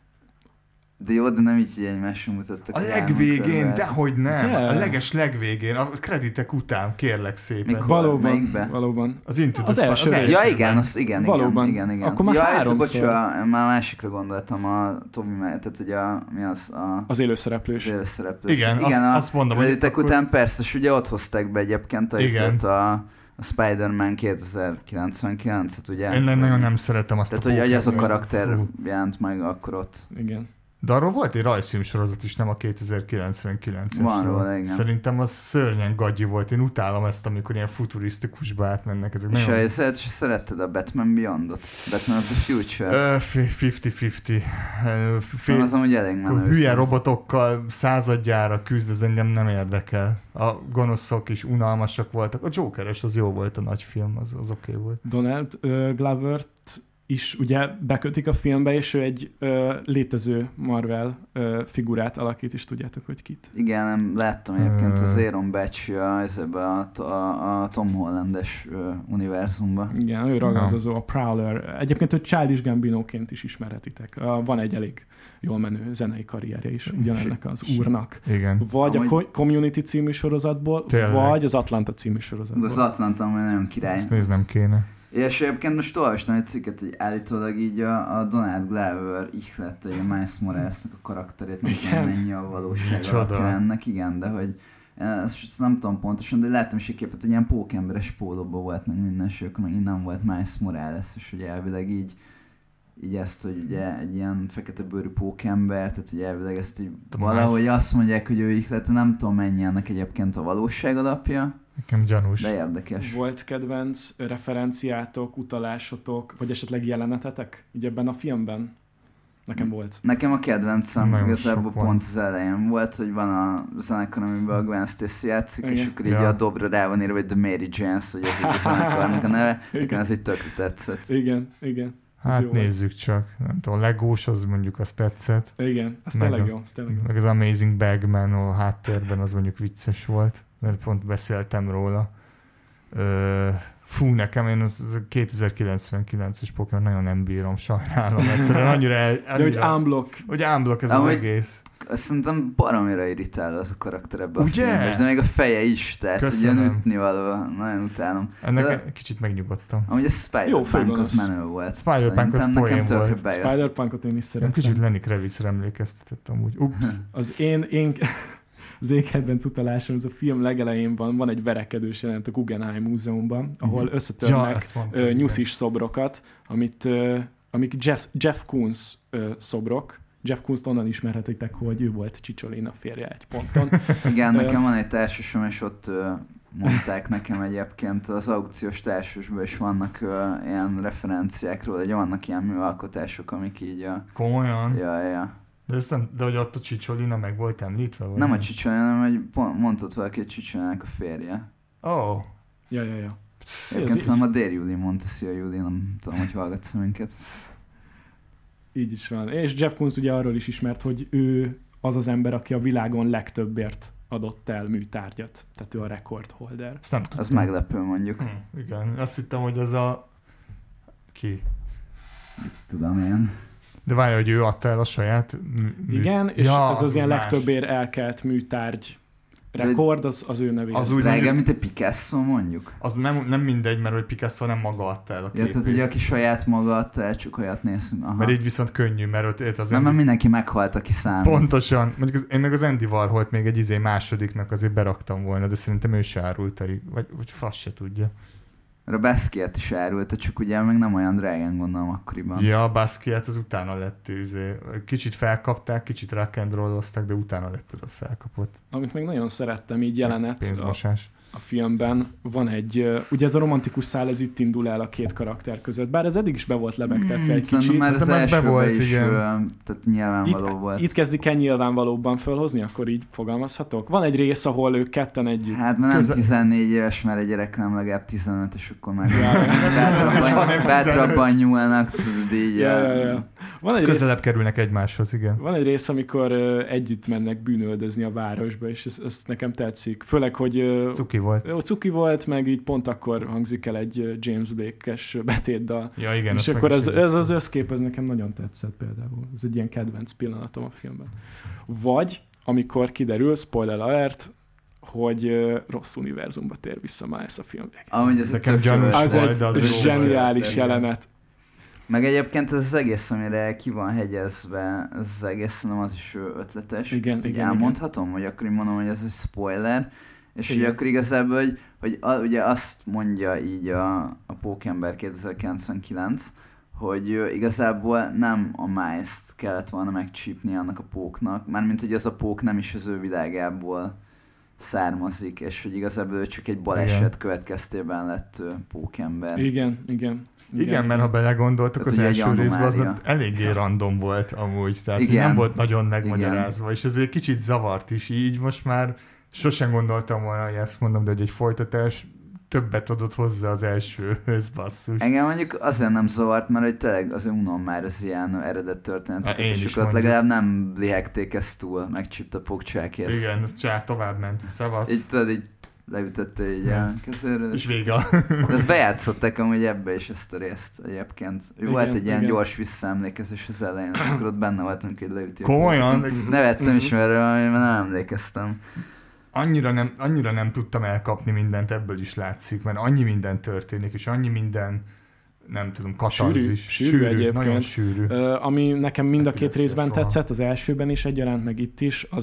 De jó, de nem így egymásra mutattak. A legvégén, dehogy nem. De. A leges legvégén, a kreditek után, kérlek szépen. Mikor? Valóban, Melyikbe? valóban. Az Into the Az első az rész. Ja, elsőben. igen, az, igen, Valóban. igen. Akkor már ja, háromszor. Bocsánat, már másikra gondoltam, a Tobi, tehát ugye mi az Az élőszereplős. az élőszereplős. Igen, a azt mondom, hogy kreditek akkor- után persze, és ugye ott hozták be egyébként Igen. a Spider-Man 2099-et, ugye? Én nagyon nem szeretem azt Tehát, a hogy az a Pókembert. karakter Hú. jelent meg akkor ott. Igen. De arról volt egy rajzfilm sorozat is, nem a 2099-es. Van róla, igen. Szerintem az szörnyen gagyi volt. Én utálom ezt, amikor ilyen futurisztikusba átmennek. Ezek És nagyon... szeretted a Batman Beyondot? Batman of the Future? 50-50. Szóval az amúgy elég menő. Hülye robotokkal századjára küzd, ez engem nem érdekel. A gonoszok is unalmasak voltak. A Jokeres az jó volt, a nagy film, az oké volt. Donald Glovert is ugye bekötik a filmbe, és ő egy létező Marvel figurát alakít, és tudjátok, hogy kit. Igen, nem láttam egyébként az Aaron Batch a Tom Hollandes univerzumban. Igen, ő ragadozó, a Prowler. Egyébként ő Childish Gambinoként is ismerhetitek. Van egy elég jól menő zenei karrierje is ugyanennek az úrnak. Igen. Vagy Amúgy- a Community című sorozatból, Tényleg. vagy az Atlanta című De sorozatból. az Atlanta, ami nagyon király. Ezt néznem kéne. És egyébként most olvastam egy cikket, hogy állítólag így a Donald Glover ihlette a Miles Moralesnek a karakterét, nem tudom mennyi a valóság Micsoda. alapja ennek, igen, de hogy ezt nem tudom pontosan, de láttam is egy képet, hogy ilyen pókemberes pólóban volt meg minden, és akkor meg innen volt Miles Morales, és ugye elvileg így ezt, hogy ugye egy ilyen fekete bőrű pókember, tehát ugye elvileg ezt így valahogy azt mondják, hogy ő ihlette, nem tudom mennyi ennek egyébként a valóság alapja, Nekem gyanús. de érdekes. Volt kedvenc referenciátok, utalásotok, vagy esetleg jelenetetek így ebben a filmben? Nekem volt. Nekem a kedvencem Nagyon igazából sok van. pont az elején volt, hogy van a zenekar, amiben a Gwen Stacy játszik, és Igen. akkor így Ja. a dobra rá van írva, hogy The Mary Janes, hogy ez így a zenekarnak a neve. Nekem ez így tökre tetszett. Igen. Ez jó Hát volt. nézzük csak. Nem tudom, a Legós, az mondjuk azt tetszett. Igen, ez Meg tényleg a- jó. Ez tényleg jó. Meg az Amazing Bagman a háttérben, az mondjuk vicces volt, mert pont beszéltem róla. Nekem én az 2099-es Pokémon nagyon nem bírom, sajnálom. Egyszerűen annyira... De hogy unblock. Hogy unblock ez az Amúgy- egész. Azt szerintem baromira irritál az a karakter ebben a Ugye? filmben, és de még a feje is, tehát Köszönöm. ugye ütni való, nagyon utálom. Ennek De- egy kicsit megnyugodtam. Amúgy a Jó, Spider-Punk főgonosz. az menő volt. Spider-Punk az Szerintem nekem poén volt. tökre bejött. Spider-Punkot én is Nem szeretem. kicsit Lenny Kravitzre emlékeztetett amúgy. Ups. Az én kedvenc utalásom, ez a film legelején van egy verekedős jelent a Guggenheim Múzeumban, ahol Ja, összetörnek ezt mondtam, igen. nyuszis szobrokat, amik Jeff Koons szobrok. Jeff Koons-t onnan ismerhetitek, hogy ő volt Csicsolina férje egy ponton. Igen, nekem van egy társasom, és ott mondták nekem egyébként az aukciós társasban is vannak ilyen referenciák róla, hogy vannak ilyen műalkotások, amik így Komolyan? Ja. De, ezt nem, de hogy ott a Csicsolina meg volt említve? Vagy Nem a Csicsolina, hanem hogy mondott valaki, hogy Csicsolinának a férje. Oh. Ja. Egyébként szerintem a Dér Júli mondta, szia Júli, nem tudom, hogy hallgatsz minket. Így is van. És Jeff Koons ugye arról is ismert, hogy ő az az ember, aki a világon legtöbbért adott el műtárgyat. Tehát ő a record holder. Ezt nem tudtam. Az meglepő mondjuk. Igen, azt hittem, hogy az a... Ki? Tudom én. De várja, hogy ő adta el a saját Igen, és ja, ez az ilyen más. legtöbbért elkelt műtárgy rekord, az ő nevében. Az úgy Drágább, mint egy Picasso mondjuk? Az nem mindegy, mert hogy Picasso nem maga adta el a Ja, képét. tehát, hogy aki saját maga adta el, csak olyat nézünk. Aha. Mert így viszont könnyű, mert ott az Nem, mert mindenki meghalt, aki számít. Pontosan. Mondjuk én meg az Andy Warholt még egy másodiknak azért beraktam volna, de szerintem ő se árulta, vagy fasz se tudja. Mert a Basquiat is árulta, csak ugye még nem olyan drágán gondolom akkoriban. Ja, a Basquiat az utána lett kicsit felkapták, kicsit rock and rolloztak, de utána lett tudod felkapott. Amit még nagyon szerettem, így jelenet Pénzmosás. a filmben, van egy, ugye ez a romantikus szál, ez itt indul el a két karakter között, bár ez eddig is be volt lebegtetve egy kicsit. Már az Szerintem ez be elsőben volt, is, igen. tehát nyilvánvaló volt. Itt kezdik el nyilvánvalóbban felhozni, akkor így fogalmazhatok? Van egy rész, ahol ők ketten együtt. Hát mert nem 14 éves, mert egy gyerek nem legalább 15, és akkor meg Ja. bátrabban nyúlnak, tudod így. Ja. Van egy Közelebb kerülnek egymáshoz, igen. Van egy rész, amikor együtt mennek bűnöldözni a városba, és ez nekem tetszik. Főleg, hogy Cuki volt. cuki volt, meg így pont akkor hangzik el egy James Blake-es betétdal. Ja, igen. És akkor ez az összkép, ez nekem nagyon tetszett például. Ez egy ilyen kedvenc pillanatom a filmben. Vagy, amikor kiderül, spoiler alert, hogy rossz univerzumba tér vissza Miles a film végén. Amúgy ez Nekem gyanús Az volt, egy de az jó zseniális volt. jelenet. Meg egyébként ez az egész, amire ki van hegyezve, ez az egész, nem az is ötletes. Igen, Ezt így igen, elmondhatom, vagy akkor így mondom, hogy ez egy spoiler. És Igen. hogy akkor igazából, ugye azt mondja így a Pókember 2099, hogy igazából nem a Miles-t kellett volna megcsípni annak a póknak, mármint hogy az a pók nem is az ő világából származik, és hogy igazából ő csak egy baleset következtében lett pókember. Igen. Igen, mert ha belegondoltok, Tehát az ugye egy első részben az anomália. eléggé random volt amúgy, tehát Igen. nem volt nagyon megmagyarázva, és ezért kicsit zavart is így, most már sosem gondoltam volna, hogy ezt mondom, de hogy egy folytatás többet adott hozzá az elsőhöz, basszus. Engem mondjuk azért nem zavart, mert hogy tényleg azért unom már az ilyen eredet történeteket, Én és is akkor mondjuk. legalább nem lihegték ezt túl, megcsípt a pókcsákért. Igen, az csá tovább ment, Így szavasz, tudod, így leütötte így a kezéről. és vége. De ezt bejátszották amúgy ebbe is ezt a részt egyébként. Volt egy ilyen gyors visszaemlékezés az elején, és akkor ott benne voltunk, hogy leüti a Komolyan? pókot. Nevettem is, mert nem emlékeztem. Annyira nem tudtam elkapni mindent, ebből is látszik, mert annyi minden történik, és annyi minden, nem tudom, katarzis. Sűrű egyébként. Nagyon sűrű. Ami nekem mind a két Epilepsziás részben roham. tetszett, az elsőben is egyaránt, meg itt is, az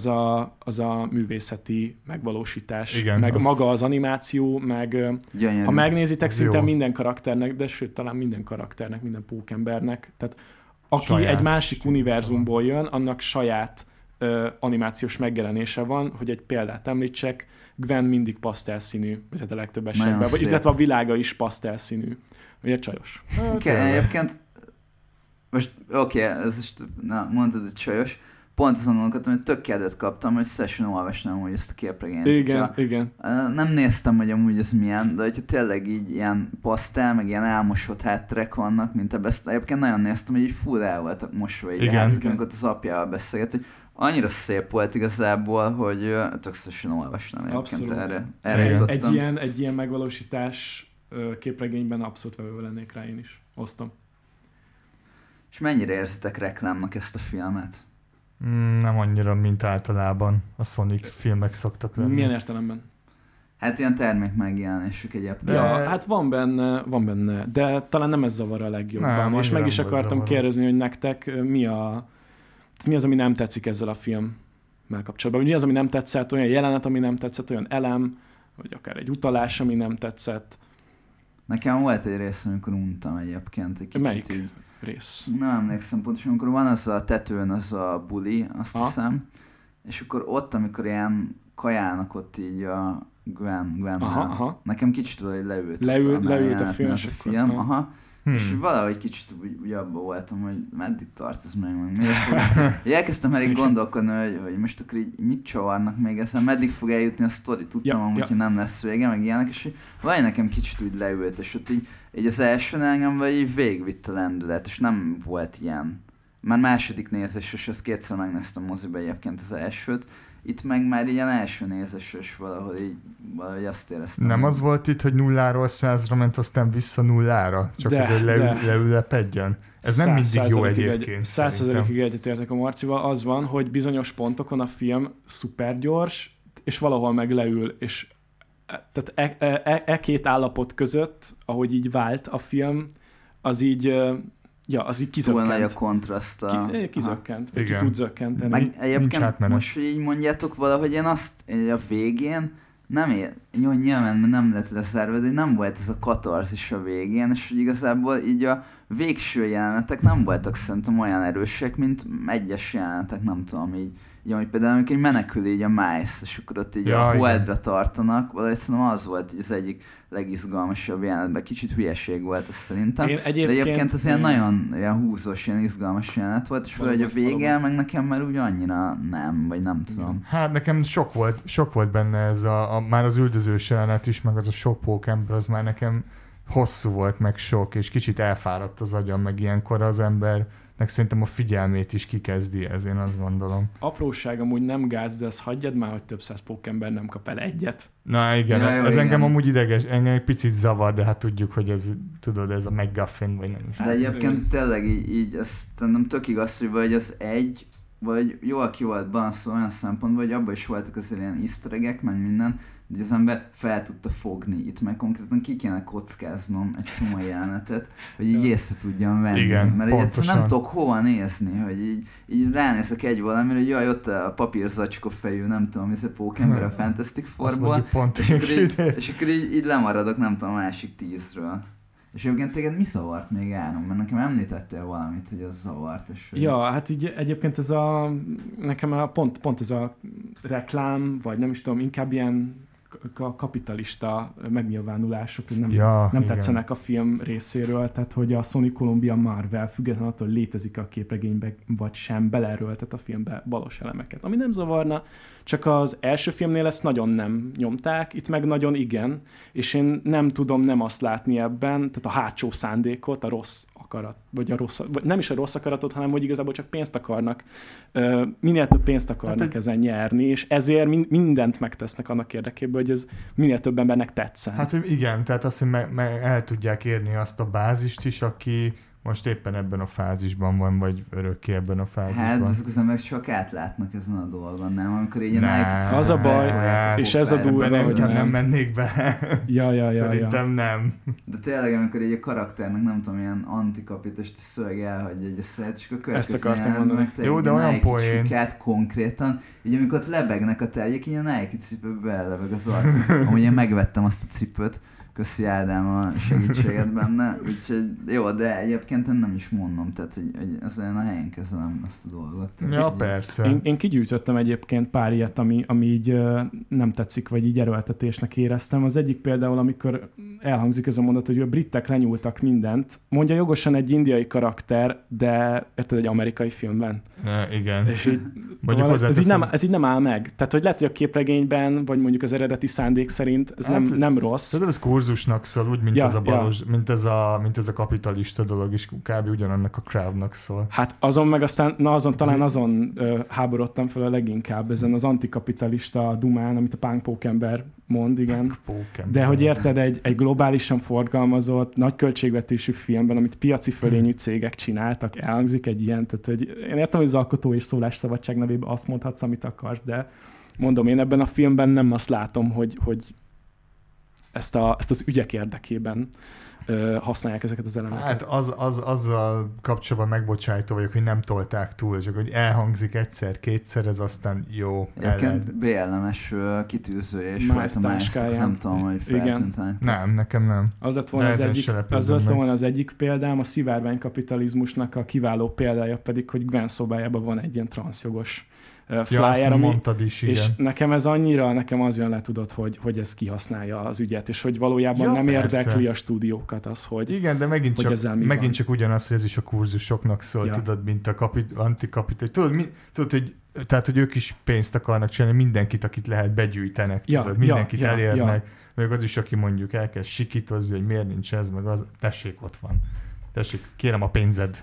a művészeti megvalósítás, Igen, meg az- maga az animáció, meg Gyönyörű. ha megnézitek, Az szinte jó. minden karakternek, de sőt, talán minden karakternek, minden pókembernek, tehát aki Saját egy másik stílusa univerzumból jön, annak saját animációs megjelenése van, hogy egy példát említsek, Gwen mindig pasztelszínű, vagy hát a legtöbb Nagyon esetben, vagy szép. illetve a világa is pasztelszínű. Ugye csajos. Igen, egyébként most ez most, mondtad, hogy csajos. Pont azon gondolkodtam, hogy tök kedvet kaptam, hogy szesen olvasnám hogy ezt a képregényt. Igen, Hogyha, igen. nem néztem, hogy amúgy ez milyen, de hogyha tényleg így ilyen pasztel, meg ilyen elmosott hátterek vannak, mint a ezt egyébként nagyon néztem, hogy így full el voltak mosva így Igen. a hátuk, amikor ott az apjával beszélget, hogy annyira szép volt igazából, hogy tök szesen olvasnám egyébként Abszolút. erre Igen. jutottam. Egy ilyen megvalósítás képregényben abszolút vevővel lennék rá én is. Osztom. És mennyire érzitek reklámnak ezt a filmet? Nem annyira, mint általában a Sonic filmek szoktak lenni. Milyen értelemben? Hát ilyen termék megjelenésük egyébként. De- Ja, hát van benne, de talán nem ez zavar a legjobban. Nem, És annyira meg is nem volt akartam zavaró. kérdezni, hogy nektek mi az, ami nem tetszik ezzel a filmmel kapcsolatban? Mi az, ami nem tetszett, olyan jelenet, ami nem tetszett, olyan elem, vagy akár egy utalás, ami nem tetszett. Nekem volt egy rész, amikor untam egyébként. Egy kicsit Melyik így. rész? Nem emlékszem pontosan, amikor van az a tetőn az a buli, azt Aha. hiszem. És akkor ott, amikor ilyen kajálnak ott így a Gwen Aha. nekem kicsit valahogy leült. Leült annál a jelenetnél film, az és a akkor- film. aha. Aha. És valahogy kicsit úgy abban voltam, hogy meddig tart ez meg miért fog... Így elkezdtem elég gondolkodni, hogy most akkor így mit csavarnak még ezen, meddig fog eljutni a sztori, tudtam amúgy, hogy nem lesz vége, meg ilyenek, és valahogy nekem kicsit úgy leült, és ott így az elsőn engem vagy így végigvitt a lendület, és nem volt ilyen. Már második nézés, és ezt kétszer megnéztem moziba egyébként az elsőt, itt meg már ilyen első nézéses valahogy azt éreztem. Nem az volt itt, hogy 0-ról 100-ra ment, aztán vissza 0-ra? Csak azért leülepedjen? Ez nem mindig jó egyébként. 100%-ig egyetértek a Marcival. Az van, hogy bizonyos pontokon a film szuper gyors, és valahol meg leül, és tehát két állapot között, ahogy így vált a film, az így kizökkent. Túl nagy a kontraszt. Kizökkent, vagy ki tud zökkenteni. Meg egyébként most, hogy így mondjátok valahogy én azt a végén jó, nyilván nem lett leszerve, de nem volt ez a katarzis a végén, és hogy igazából így a végső jelenetek nem voltak szerintem olyan erősek, mint egyes jelenetek, nem tudom, így hogy például amikor így menekül így a Miles, és akkor ott így a Holdra tartanak, valahogy szerintem az volt így az egyik legizgalmasabb jelenetben, kicsit hülyeség volt ez szerintem, de egyébként az ilyen nagyon ilyen húzós, ilyen izgalmas jelenet volt, és valahogy a vége meg nekem már úgy annyira nem, vagy nem tudom. Hát nekem sok volt benne ez már az üldözős jelenet is, meg az a sok pókember, az már nekem hosszú volt, meg sok, és kicsit elfáradt az agyam, meg ilyenkor az embernek szerintem a figyelmét is kikezdi, ez én azt gondolom. Apróság amúgy nem gáz, de ezt hagyjad már, hogy több száz pókember nem kap el egyet. Na igen, ez engem amúgy ideges, engem egy picit zavar, de hát tudjuk, hogy ez, tudod, ez a McGuffin, vagy nem is. De egyébként tényleg így azt nem tök igaz, hogy az egy, vagy jól ki volt balanszol olyan szempontból, hogy abban is voltak azért ilyen easter egg-ek, meg minden, de az ember fel tudta fogni. Itt meg konkrétan ki kéne kockáznom egy csomó jelenetet, hogy így észre tudjam venni. Igen, mert egyszerűen nem tudok hova nézni, hogy így ránézek egy valamire, hogy jaj, ott a papírzacskó fejű, nem tudom, ez a pókember a Fantastic Fourból, és akkor így lemaradok, nem tudom, a másik 10-ről. És egyébként téged mi zavart még Áron? Mert nekem említettél valamit, hogy az zavart. És hogy... Ja, hát így egyébként nekem pont ez a reklám, vagy nem is tudom, inkább ilyen kapitalista megnyilvánulások, hogy nem tetszenek a film részéről, tehát hogy a Sony Columbia Marvel függetlenül attól, hogy létezik a képregénybe, vagy sem, beleerőltet a filmbe valós elemeket. Ami nem zavarna, csak az első filmnél ezt nagyon nem nyomták, itt meg nagyon igen, és én nem tudom nem azt látni ebben, tehát a hátsó szándékot, a rossz akarat, vagy nem is a rossz akaratot, hanem hogy igazából csak pénzt akarnak, minél több pénzt akarnak ezen nyerni, és ezért mindent megtesznek annak érdekében, hogy ez minél több embernek tetszen. Hát igen, tehát azt, hogy el tudják érni azt a bázist is, aki most éppen ebben a fázisban van, vagy örökké ebben a fázisban. Hát ezek az emberek csak átlátnak ezen a dolgon, nem? Amikor így az a baj, és ez a durva, hogy nem mennék be. Szerintem nem. De tényleg, amikor így a karakternek, nem tudom, ilyen antikapitalisti szöveg elhagyja egy összehet, és akkor következő jelenben jó, de olyan poén. Konkrétan, így amikor ott lebegnek a terjék, így a Nike cipőbe ellebeg az arc. Amúgy én megvettem azt a cipőt. Köszi Ádám a segítséget benne, úgyhogy jó, de egyébként én nem is mondom, tehát hogy azért a helyen kezelem ezt a dolgot. Ja, persze. Én kigyűjtöttem egyébként pár ilyet, ami így nem tetszik, vagy így erőltetésnek éreztem. Az egyik például, amikor elhangzik ez a mondat, hogy a britek lenyúltak mindent, mondja jogosan egy indiai karakter, de érted, egy amerikai filmben. Igen. És így, ez így nem áll meg. Tehát, hogy lehet, hogy a képregényben, vagy mondjuk az eredeti szándék szerint ez nem rossz. Szerintem ez kurzusnak szól, úgy, mint, mint ez a kapitalista dolog is, kb. Ugyanannak a crowdnak szól. Hát azon háborodtam fel a leginkább, ezen az antikapitalista dumán, amit a Punk Pókember mond, igen. De hogy érted, egy globálisan forgalmazott, nagy költségvetésű filmben, amit piaci fölényű cégek csináltak, elhangzik egy ilyen, tehát hogy én értem, hogy az alkotó és szólásszabadság nevében azt mondhatsz, amit akarsz, de mondom, én ebben a filmben nem azt látom, hogy ezt az ügyek érdekében használják ezeket az elemeket. Hát azzal kapcsolatban megbocsájtó vagyok, hogy nem tolták túl, csak hogy elhangzik egyszer-kétszer, ez aztán jó. Egyébként BLM-es kitűzője és volt a nem tudom, hogy feltűnt. Nem, nekem nem. Az lett volna az egyik példám, a szivárványkapitalizmusnak a kiváló példája pedig, hogy Gwen szobájában van egy ilyen transzjogos flyer, mondtad is, igen. És nekem az jön le, tudod, hogy ez kihasználja az ügyet, és hogy valójában nem érdekli a stúdiókat az, hogy igen, de megint csak ugyanaz, hogy ez is a kurzusoknak szól, tudod, mint a antikapital. Tudod, hogy ők is pénzt akarnak csinálni, mindenkit, akit lehet begyűjtenek, tudod, mindenkit elérnek. Még az is, aki mondjuk elkezd sikítozni, hogy miért nincs ez, meg az, tessék, ott van. Tessék, kérem a pénzed.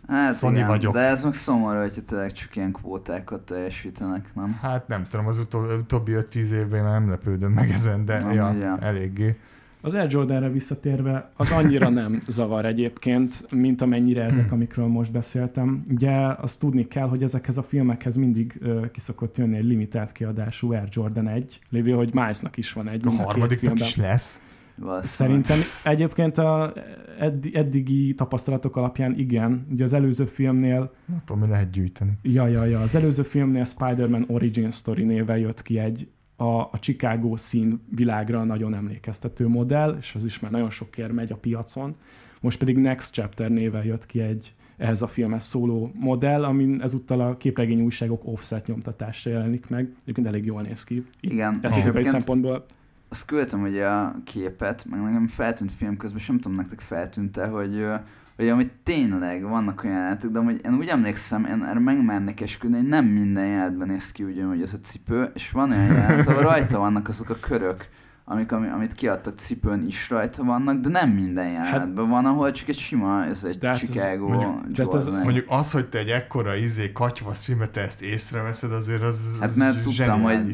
Hát Sony igen, vagyok. de ez meg szomorú, hogyha tényleg csak ilyen kvótákat teljesítenek, nem? Hát nem tudom, az utóbbi 5-10 évben már nem lepődöm meg ezen, de Ja. eléggé. Az Air Jordanre visszatérve, az annyira nem zavar egyébként, mint amennyire ezek, amikről most beszéltem. Ugye azt tudni kell, hogy ezekhez a filmekhez mindig ki szokott jönni egy limitált kiadású Air Jordan 1, lévő, hogy Milesnak is van egy. A harmadiknak is lesz. Szerintem egyébként a eddigi tapasztalatok alapján igen. Ugye az előző filmnél... Na tudom, mi lehet gyűjteni. Ja. Az előző filmnél Spider-Man Origin Story néven jött ki egy a Chicago színvilágra nagyon emlékeztető modell, és az is már nagyon sokért megy a piacon. Most pedig Next Chapter néven jött ki egy ehhez a filmhez szóló modell, amin ezúttal a képregény újságok offset nyomtatása jelenik meg. Egyébként elég jól néz ki. Igen. Esztétikai szempontból. Azt küldtem ugye a képet, meg nekem feltűnt film közben, és nem tudom, nektek feltűnt-e, hogy amit tényleg vannak olyan jelenetek, de amúgy én úgy emlékszem, én erre megmernék esküdni, hogy nem minden jelenetben néz ki ugyanúgy ez a cipő, és van olyan jelenet, ahol rajta vannak azok a körök, amit kiadtak cipőn is rajta vannak, de nem minden jelenetben van, ahol csak egy sima, ez egy Chicago Jordan. Mondjuk az, hogy te egy ekkora katyvasz filmet, te ezt észreveszed, azért az hát mert tudtam, hogy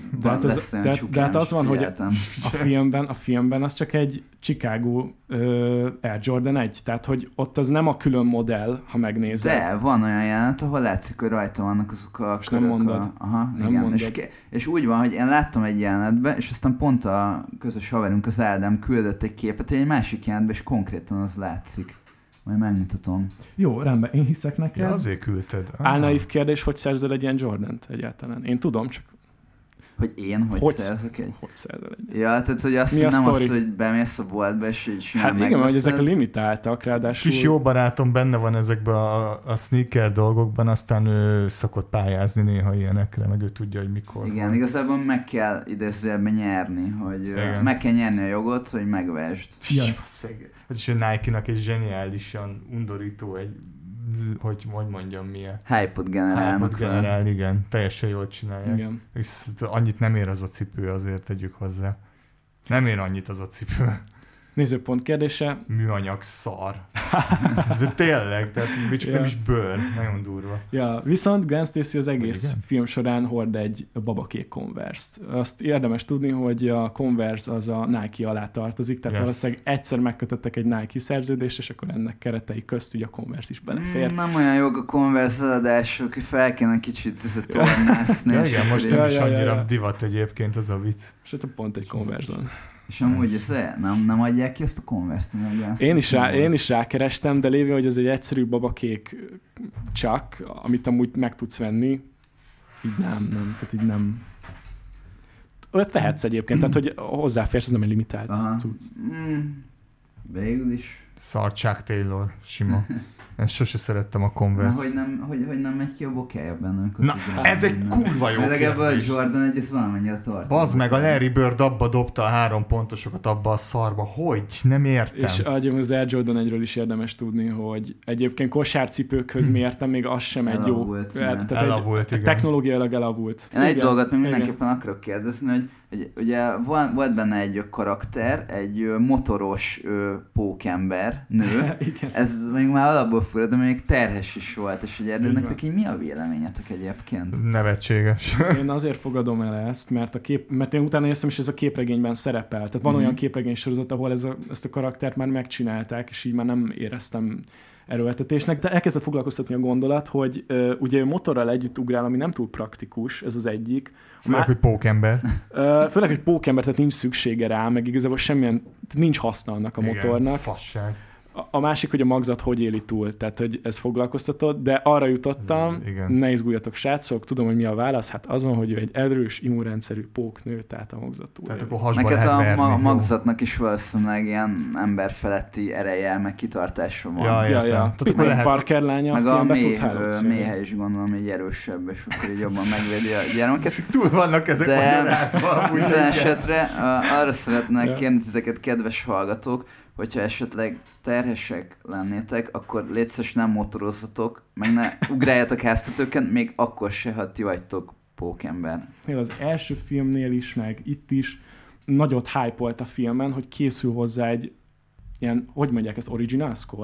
de hát az van, hogy a filmben az csak egy Chicago Air Jordan 1, tehát hogy ott az nem a külön modell, ha megnézed. De van olyan jelenet, ahol látszik, hogy rajta vannak azok a körök. Nem mondod. Aha, nem igen. mondod. És úgy van, hogy én láttam egy jelenetbe, és aztán pont a közös haverunk, az Ádám küldött egy képet, egy másik jelenetbe, és konkrétan az látszik. Majd megmutatom. Jó, rendben, én hiszek neked. Ja, azért küldted. Álnaív kérdés, hogy szerzel egy ilyen Jordant egyáltalán? Én tudom, csak... Hogy én hogy szerzek egy? Hogy szerzel egy? Ja, tehát hogy azt nem az, hogy bemész a boltba, és így simán hát igen, hogy ezek limitáltak, ráadásul... Kis jó barátom benne van ezekben a sneaker dolgokban, aztán ő szokott pályázni néha ilyenekre, meg ő tudja, hogy mikor. Igen, van. Igazából meg kell idézőjelben nyerni, hogy meg kell nyerni a jogot, hogy megvesd. Ez is a Nike-nak egy zseniálisan undorító, hogy mondjam milyen. Hype-ot generál, igen. Teljesen jól csinálják. Igen. És annyit nem ér az a cipő, azért tegyük hozzá. Nem ér annyit az a cipő. Nézőpont kérdése. Műanyag szar. Ez tényleg, tehát csak nem is bőr. Nagyon durva. Ja, viszont Gwen Stacy az egész film során hord egy babakék Converse-t. Azt érdemes tudni, hogy a Converse az a Nike alá tartozik, tehát valószínűleg egyszer megkötöttek egy Nike szerződést, és akkor ennek keretei közt így a Converse is belefér. Nem olyan jók a Converse eladások, hogy fel kéne kicsit tornászni. Ja, igen, most nem is annyira divat egyébként, az a vicc. És hát pont egy Converse-on. És amúgy nem adják ki ezt a Converse-t? Én is rákerestem, de lévén, hogy ez egy egyszerű babakék csak, amit amúgy meg tudsz venni, így tehát így nem. Olyat vehetsz egyébként, tehát hogy hozzáférsz, ez nem egy limitált cucc. Végül is. Szar Chuck Taylor, sima. Én sose szerettem a Converse. Hogy nem megy ki a bokája benne. Na, ez egy kurva jó kérdés. Ebből a Jordan egy, ez valamennyire tart. Bazd meg, a Larry Bird abba dobta a 3 pontosokat abba a szarba. Hogy? Nem értem. És az Air Jordan 1-ről is érdemes tudni, hogy egyébként kosárcipőkhöz mértem, még az sem egy jó. Elavult, igen. Technológiailag elavult. Én egy dolgot még mindenképpen akarok kérdezni, hogy ugye volt benne egy karakter, egy motoros pókember, nő. Ez még már alapból fura, de még terhes is volt, és ugye erről nektek így mi a véleményetek egyébként? Nevetséges. Én azért fogadom el ezt, mert én utána néztem, és ez a képregényben szerepel. Tehát van olyan képregény sorozat, ahol ezt a karaktert már megcsinálták, és így már nem éreztem erőltetésnek, de elkezdett foglalkoztatni a gondolat, hogy ugye motorral együtt ugrál, ami nem túl praktikus, ez az egyik. Főleg, hogy pókember. Főleg, hogy pókember, tehát nincs szüksége rá, meg igazából semmilyen, nincs haszna annak a motornak. Fasság. A másik, hogy a magzat hogy éli túl, tehát hogy ez foglalkoztatott, de arra jutottam, ne izguljatok srácok, tudom, hogy mi a válasz, hát az van, hogy ő egy erős immunrendszerű póknő, tehát a magzat túl. Tehát akkor hasba lehet verni. A magzatnak is valószínűleg ilyen emberfeletti ereje, meg kitartása van. Ja. Tehát Parker lánya meg a filmben tud hálót méhe is gondolom, hogy erősebb, és akkor így jobban megvédi a gyermeket. Túl vannak ezek magyarázva. Minden esetre arra szeretnék kérni titeket, kedves hallgatók, hogyha esetleg terhesek lennétek, akkor létszes nem motorozzatok, meg ne ugráljatok háztetőken, még akkor se, ha ti vagytok pókember. Az első filmnél is, meg itt is nagyot hype volt a filmen, hogy készül hozzá egy ilyen, hogy mondják ezt, original score?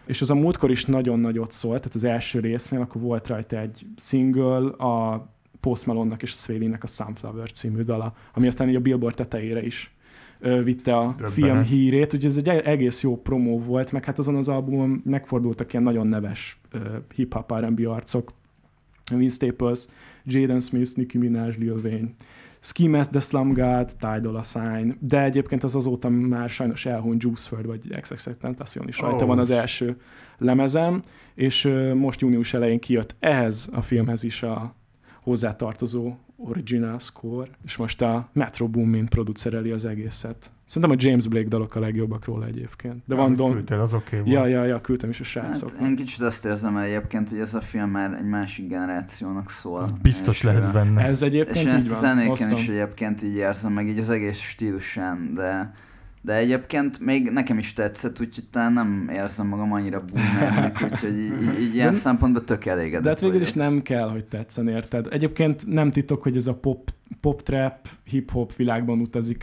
És az a múltkor is nagyon nagyot szólt, tehát az első résznél, akkor volt rajta egy single, a Post Malone-nak és a Sway-nek a Sunflower című dala, ami aztán így a Billboard tetejére is vitte a film hírét, úgyhogy ez egy egész jó promó volt, meg hát azon az albumon megfordultak ilyen nagyon neves hip-hop R&B arcok, Vince Staples, Jaden Smith, Nicki Minaj, Lil Wayne, Ski Mask, The Slum God, Ty Dolla $ign, de egyébként az azóta már sajnos elhunyt Juice WRLD vagy XXXTentacion is rajta van az első lemezem, és most június elején kijött ehhez a filmhez is a hozzátartozó original score, és most a Metro Boomin producereli az egészet. Szerintem a James Blake dalok a legjobbak róla egyébként. De van küldtél, az oké volt. Ja, küldtem is a srácoknak. Hát én kicsit azt érzem el egyébként, hogy ez a film már egy másik generációnak szól. Ez biztos lesz benne. Ez egyébként és így ezt van. a zenéken is egyébként így érzem, meg így az egész stílusán, de egyébként még nekem is tetszett, úgyhogy talán nem érzem magam annyira boomernek, úgyhogy így ilyen szempontból tök elégedett. De hát végül is nem kell, hogy tetszen, érted? Egyébként nem titok, hogy ez a pop-trap, hip-hop világban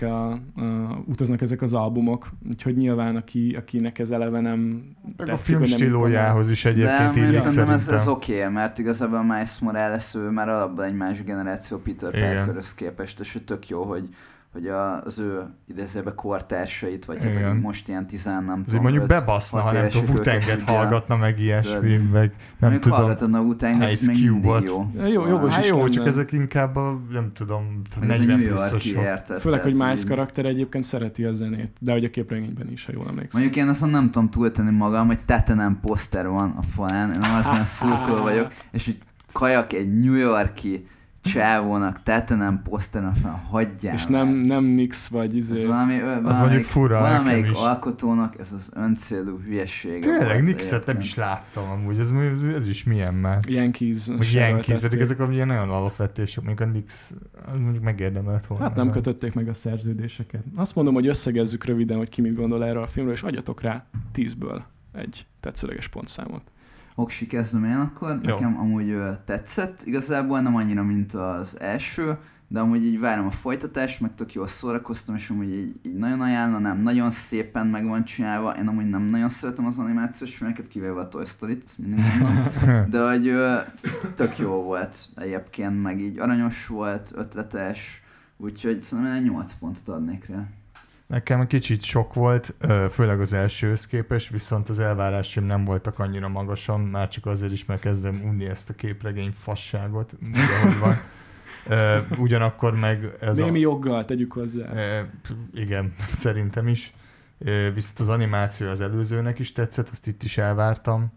utaznak ezek az albumok, úgyhogy nyilván akinek ez eleve nem tetszik. A film stílójához is egyébként illik szerintem. Ez oké, mert igazából a Miles Morales ő már alapban egy más generáció Peter Parkerhöz képest, és tök jó, hogy az ő idézőben kortársait, vagy hát akik most ilyen 10 nem tudom. Mondjuk bebaszna, ha nem tudom, Wu-Tanget hallgatna meg ilyesmi, meg nem tudom. Hallgatna a Wu-Tang, ez még mindig jó. Jó, csak ezek inkább a, nem tudom, 40 pluszosok. Főleg, hogy Miles karakter egyébként szereti a zenét, de hogy a képregényben is, ha jól emlékszem. Mondjuk én azon nem tudom túltenni magam, hogy tetenem poszter van a falán, én azon szurkoló vagyok, és hogy kajak egy New York-i csávónak tetenem poszteren fel, hagyjál. És nem Nix vagy Ez valami az mondjuk fura, valamelyik alkotónak ez az öncélú hülyessége. Tényleg, Nixet nem is láttam amúgy, ez is milyen már. Yankees. Pedig ezek ilyen nagyon alapvetések, mondjuk a Nix, az mondjuk megérdemelt volna. Hát nem kötötték meg a szerződéseket. Azt mondom, hogy összegezzük röviden, hogy ki mit gondol erről a filmről, és adjatok rá 10-ből egy tetszőleges pontszámot. Oksi, kezdem én akkor. Jó. Nekem amúgy tetszett, igazából nem annyira, mint az első, de amúgy így várom a folytatást, meg tök jól szórakoztam, és amúgy így nagyon ajánlanám, nagyon szépen meg van csinálva. Én amúgy nem nagyon szeretem az animációs filmeket, kivéve a Toy Story-t, ezt mindig mondom. De hogy tök jó volt egyébként, meg így aranyos volt, ötletes, úgyhogy szerintem egy 8 pontot adnék rá. Nekem kicsit sok volt, főleg az elsőhöz képest, viszont az elvárásaim nem voltak annyira magasan, már csak azért is, mert kezdem unni ezt a képregény fasságot, ahogy van. Ugyanakkor meg ez némi joggal, tegyük hozzá. Igen, szerintem is. Viszont az animáció az előzőnek is tetszett, azt itt is elvártam.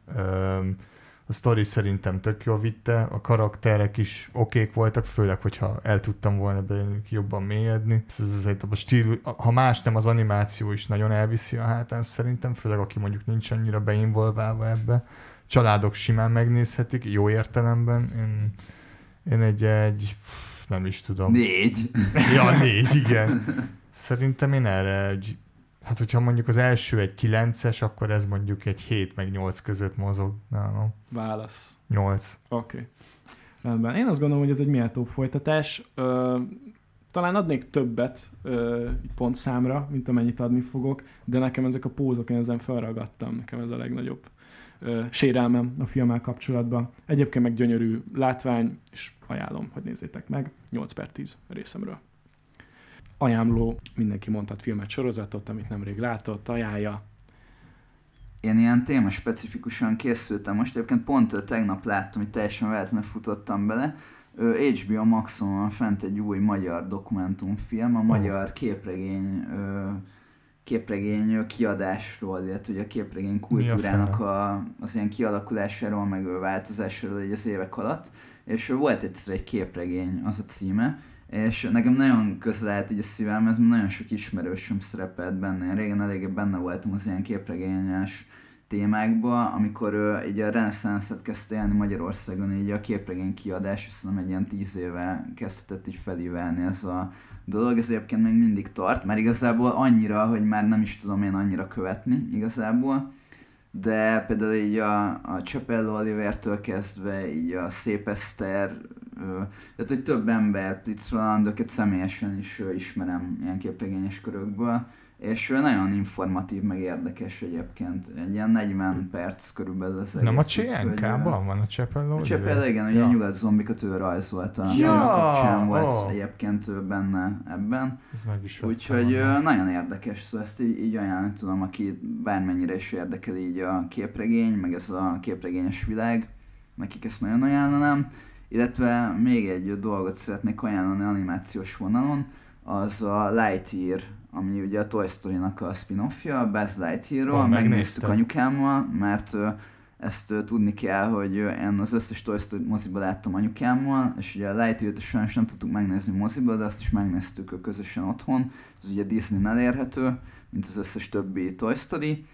A sztori szerintem tök jól vitte, a karakterek is okék voltak, főleg, hogyha el tudtam volna belőlük jobban mélyedni. Ez a stílus, ha más nem, az animáció is nagyon elviszi a hátán szerintem, főleg aki mondjuk nincs annyira beinvolválva ebbe. Családok simán megnézhetik, jó értelemben. Én egy nem is tudom. 4. Ja, 4, igen. Szerintem én erre hát hogyha mondjuk az első egy 9-es, akkor ez mondjuk egy 7 meg 8 között mozog. Nem. Válasz. 8. Oké. Rendben. Én azt gondolom, hogy ez egy méltó folytatás. Talán adnék többet pontszámra, mint amennyit adni fogok, de nekem ezek a pózok, én ezen felragadtam. Nekem ez a legnagyobb sérelmem a filmmel kapcsolatban. Egyébként meg gyönyörű látvány, és ajánlom, hogy nézzétek meg. 8/10 részemről. Ajánló, mindenki mondhat filmet, sorozatot, amit nemrég látott, ajánlja. Én ilyen téma specifikusan készültem. Most egyébként pont tegnap láttam, hogy teljesen véletlenül futottam bele. HBO Maxon van fent egy új magyar dokumentumfilm, a magyar képregény kiadásról, illetve a képregény kultúrának az ilyen kialakulásáról, meg változásáról az évek alatt. És volt egyszer egy képregény, az a címe, és nekem nagyon közel állt így a szívem, ez nagyon sok ismerősöm szerepelt benne. Én régen eléggé benne voltam az ilyen képregényes témákba, amikor így a reneszánszet kezdte élni Magyarországon, így a képregény kiadás, azt hiszem egy ilyen 10 éve kezdhetett így felívelni ez a dolog. Ez egyébként még mindig tart, mert igazából annyira, hogy már nem is tudom én annyira követni igazából. De például így a Csepello Olivertől kezdve, így a Szép Eszter, tehát hogy több ember, Fritz Roland, őket személyesen is ismerem ilyen képregényes körökből, és nagyon informatív, meg érdekes egyébként. Egy ilyen 40 perc körülbelül az egész. Nem a CNK-ban van a Chapel? A Chapel, igen, ugye nyugat zombikat ő rajzolta. Ja, Kapcsán volt egyébként ő benne ebben. Úgyhogy nagyon érdekes, szóval ezt így ajánlani tudom, aki bármennyire is érdekel így a képregény, meg ez a képregényes világ, nekik ezt nagyon ajánlanám. Illetve még egy dolgot szeretnék ajánlani animációs vonalon, az a Lightyear, ami ugye a Toy Story-nak a spin-offja, a Buzz Lightyear-ról, megnéztük anyukámmal, mert ezt tudni kell, hogy én az összes Toy Story moziba láttam anyukámmal, és ugye a Lightyear-t sajnos nem tudtuk megnézni moziba, de azt is megnéztük közösen otthon, ez ugye Disney-n elérhető, mint az összes többi Toy Story,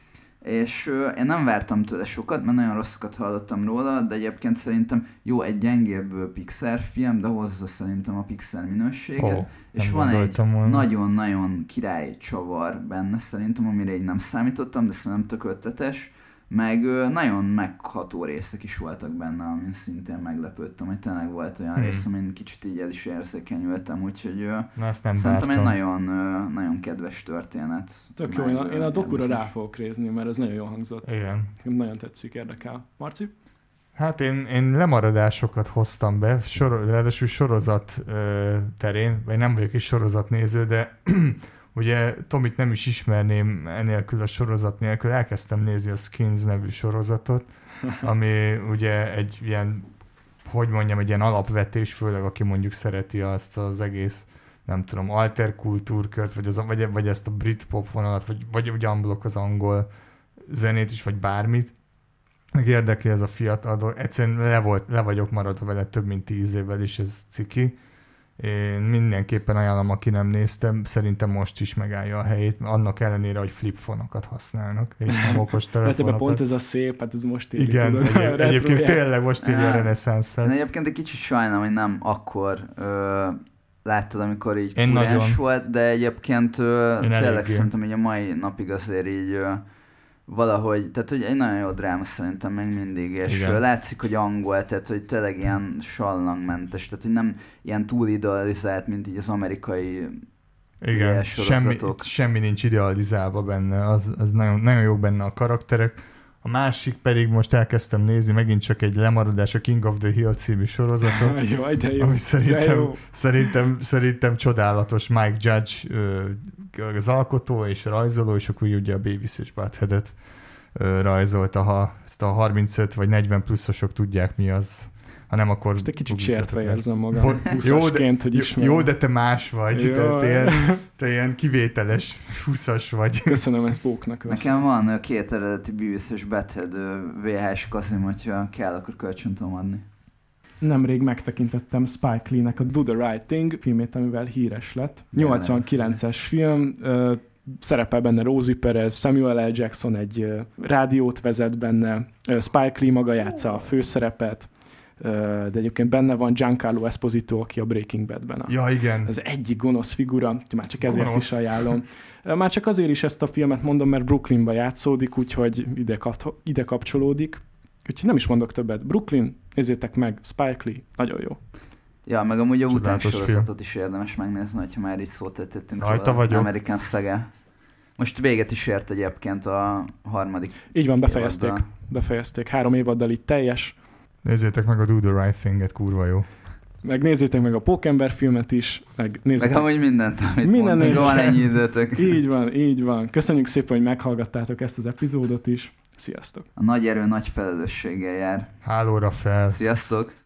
és én nem vártam tőle sokat, mert nagyon rosszakat hallottam róla, de egyébként szerintem jó, egy gyengébb Pixar film, de hozza szerintem a Pixar minőséget, és van egy nagyon-nagyon király csavar benne szerintem, amire így nem számítottam, de szerintem tök ötletes, meg nagyon megható részek is voltak benne, amin szintén meglepődtem, hogy tényleg volt olyan rész, amin kicsit így el is érzékenyültem, úgyhogy szerintem egy nagyon, nagyon kedves történet. Tök jó, én a dokura rá fogok rézni, mert ez nagyon jól hangzott. Igen. Nagyon tetszik, érdekel. Marci? Hát én lemaradásokat hoztam be, ráadásul sorozat terén, vagy nem vagyok is sorozatnéző, de ugye Tomit nem is ismerném enélkül a sorozat nélkül, elkezdtem nézni a Skins nevű sorozatot, ami ugye egy ilyen, hogy mondjam, egy ilyen alapvetés, főleg aki mondjuk szereti azt az egész, nem tudom, alterkultúrkört, vagy ezt a britpop vonalat, vagy ugye unblock az angol zenét is, vagy bármit. Meg érdekli ez a fiatal, egyszerűen le vagyok maradva vele több mint 10 évvel, és ez ciki. Én mindenképpen ajánlom, aki nem néztem, szerintem most is megállja a helyét, annak ellenére, hogy flipfonokat használnak, és nem okos telefonokat. Hát pont ez a szép, hát ez most írja. Igen, tudod, egyébként tényleg most írja a reneszánszát. Én egyébként egy kicsit sajnálom, hogy nem akkor láttad, amikor így kurás volt, de egyébként tényleg szerintem így a mai napig azért így valahogy, tehát hogy egy nagyon jó dráma szerintem még mindig, és látszik, hogy angol, tehát hogy tényleg ilyen sallangmentes, tehát hogy nem ilyen túl idealizált, mint így az amerikai sorozatok. Semmi nincs idealizálva benne, az nagyon, nagyon jó benne a karakterek. A másik pedig most elkezdtem nézni, megint csak egy lemaradás, a King of the Hill című sorozatot, jó, ami szerintem csodálatos. Mike Judge az alkotó és rajzoló, és akkor ugye a Beavis és Buttheadet rajzolta, ha ezt a 35 vagy 40 pluszosok tudják mi az, ha nem, akkor... Most egy kicsit sértve érzem magam, buszosként, hogy ismerem. Jó, de te más vagy, te ilyen kivételes 20-as vagy. Köszönöm ezt Bóknak. Nekem van 2 eredeti Beavis és Butthead VHS kaszim, hogyha kell, akkor kölcsön tudom adni. Nemrég megtekintettem Spike Lee-nek a Do the Right Thing filmét, amivel híres lett. 89-es film, szerepel benne Rosie Perez, Samuel L. Jackson egy rádiót vezet benne, Spike Lee maga játsza a főszerepet, de egyébként benne van Giancarlo Esposito, aki a Breaking Badben ja, igen. az egyik gonosz figura, már csak ezért is ajánlom. Már csak azért is ezt a filmet mondom, mert Brooklynba játszódik, úgyhogy ide kapcsolódik. Úgyhogy nem is mondok többet. Brooklyn, nézzétek meg, Spike Lee, nagyon jó. Ja, meg amúgy a után sorozatot is érdemes megnézni, hogyha már így szót tettünk róla. American Saga. Most véget is ért egyébként a 3. Így van, befejezték. 3 évaddal itt teljes. Nézzétek meg a Do the Right Thing-et, kurva jó. Meg nézzétek meg a Pókember filmet is. Meg amúgy mindent, amit mondtuk, van ennyi időtök. Így van. Köszönjük szépen, hogy meghallgattátok ezt az epizódot is. Sziasztok! A nagy erő nagy felelősséggel jár. Hálóra fel! Sziasztok!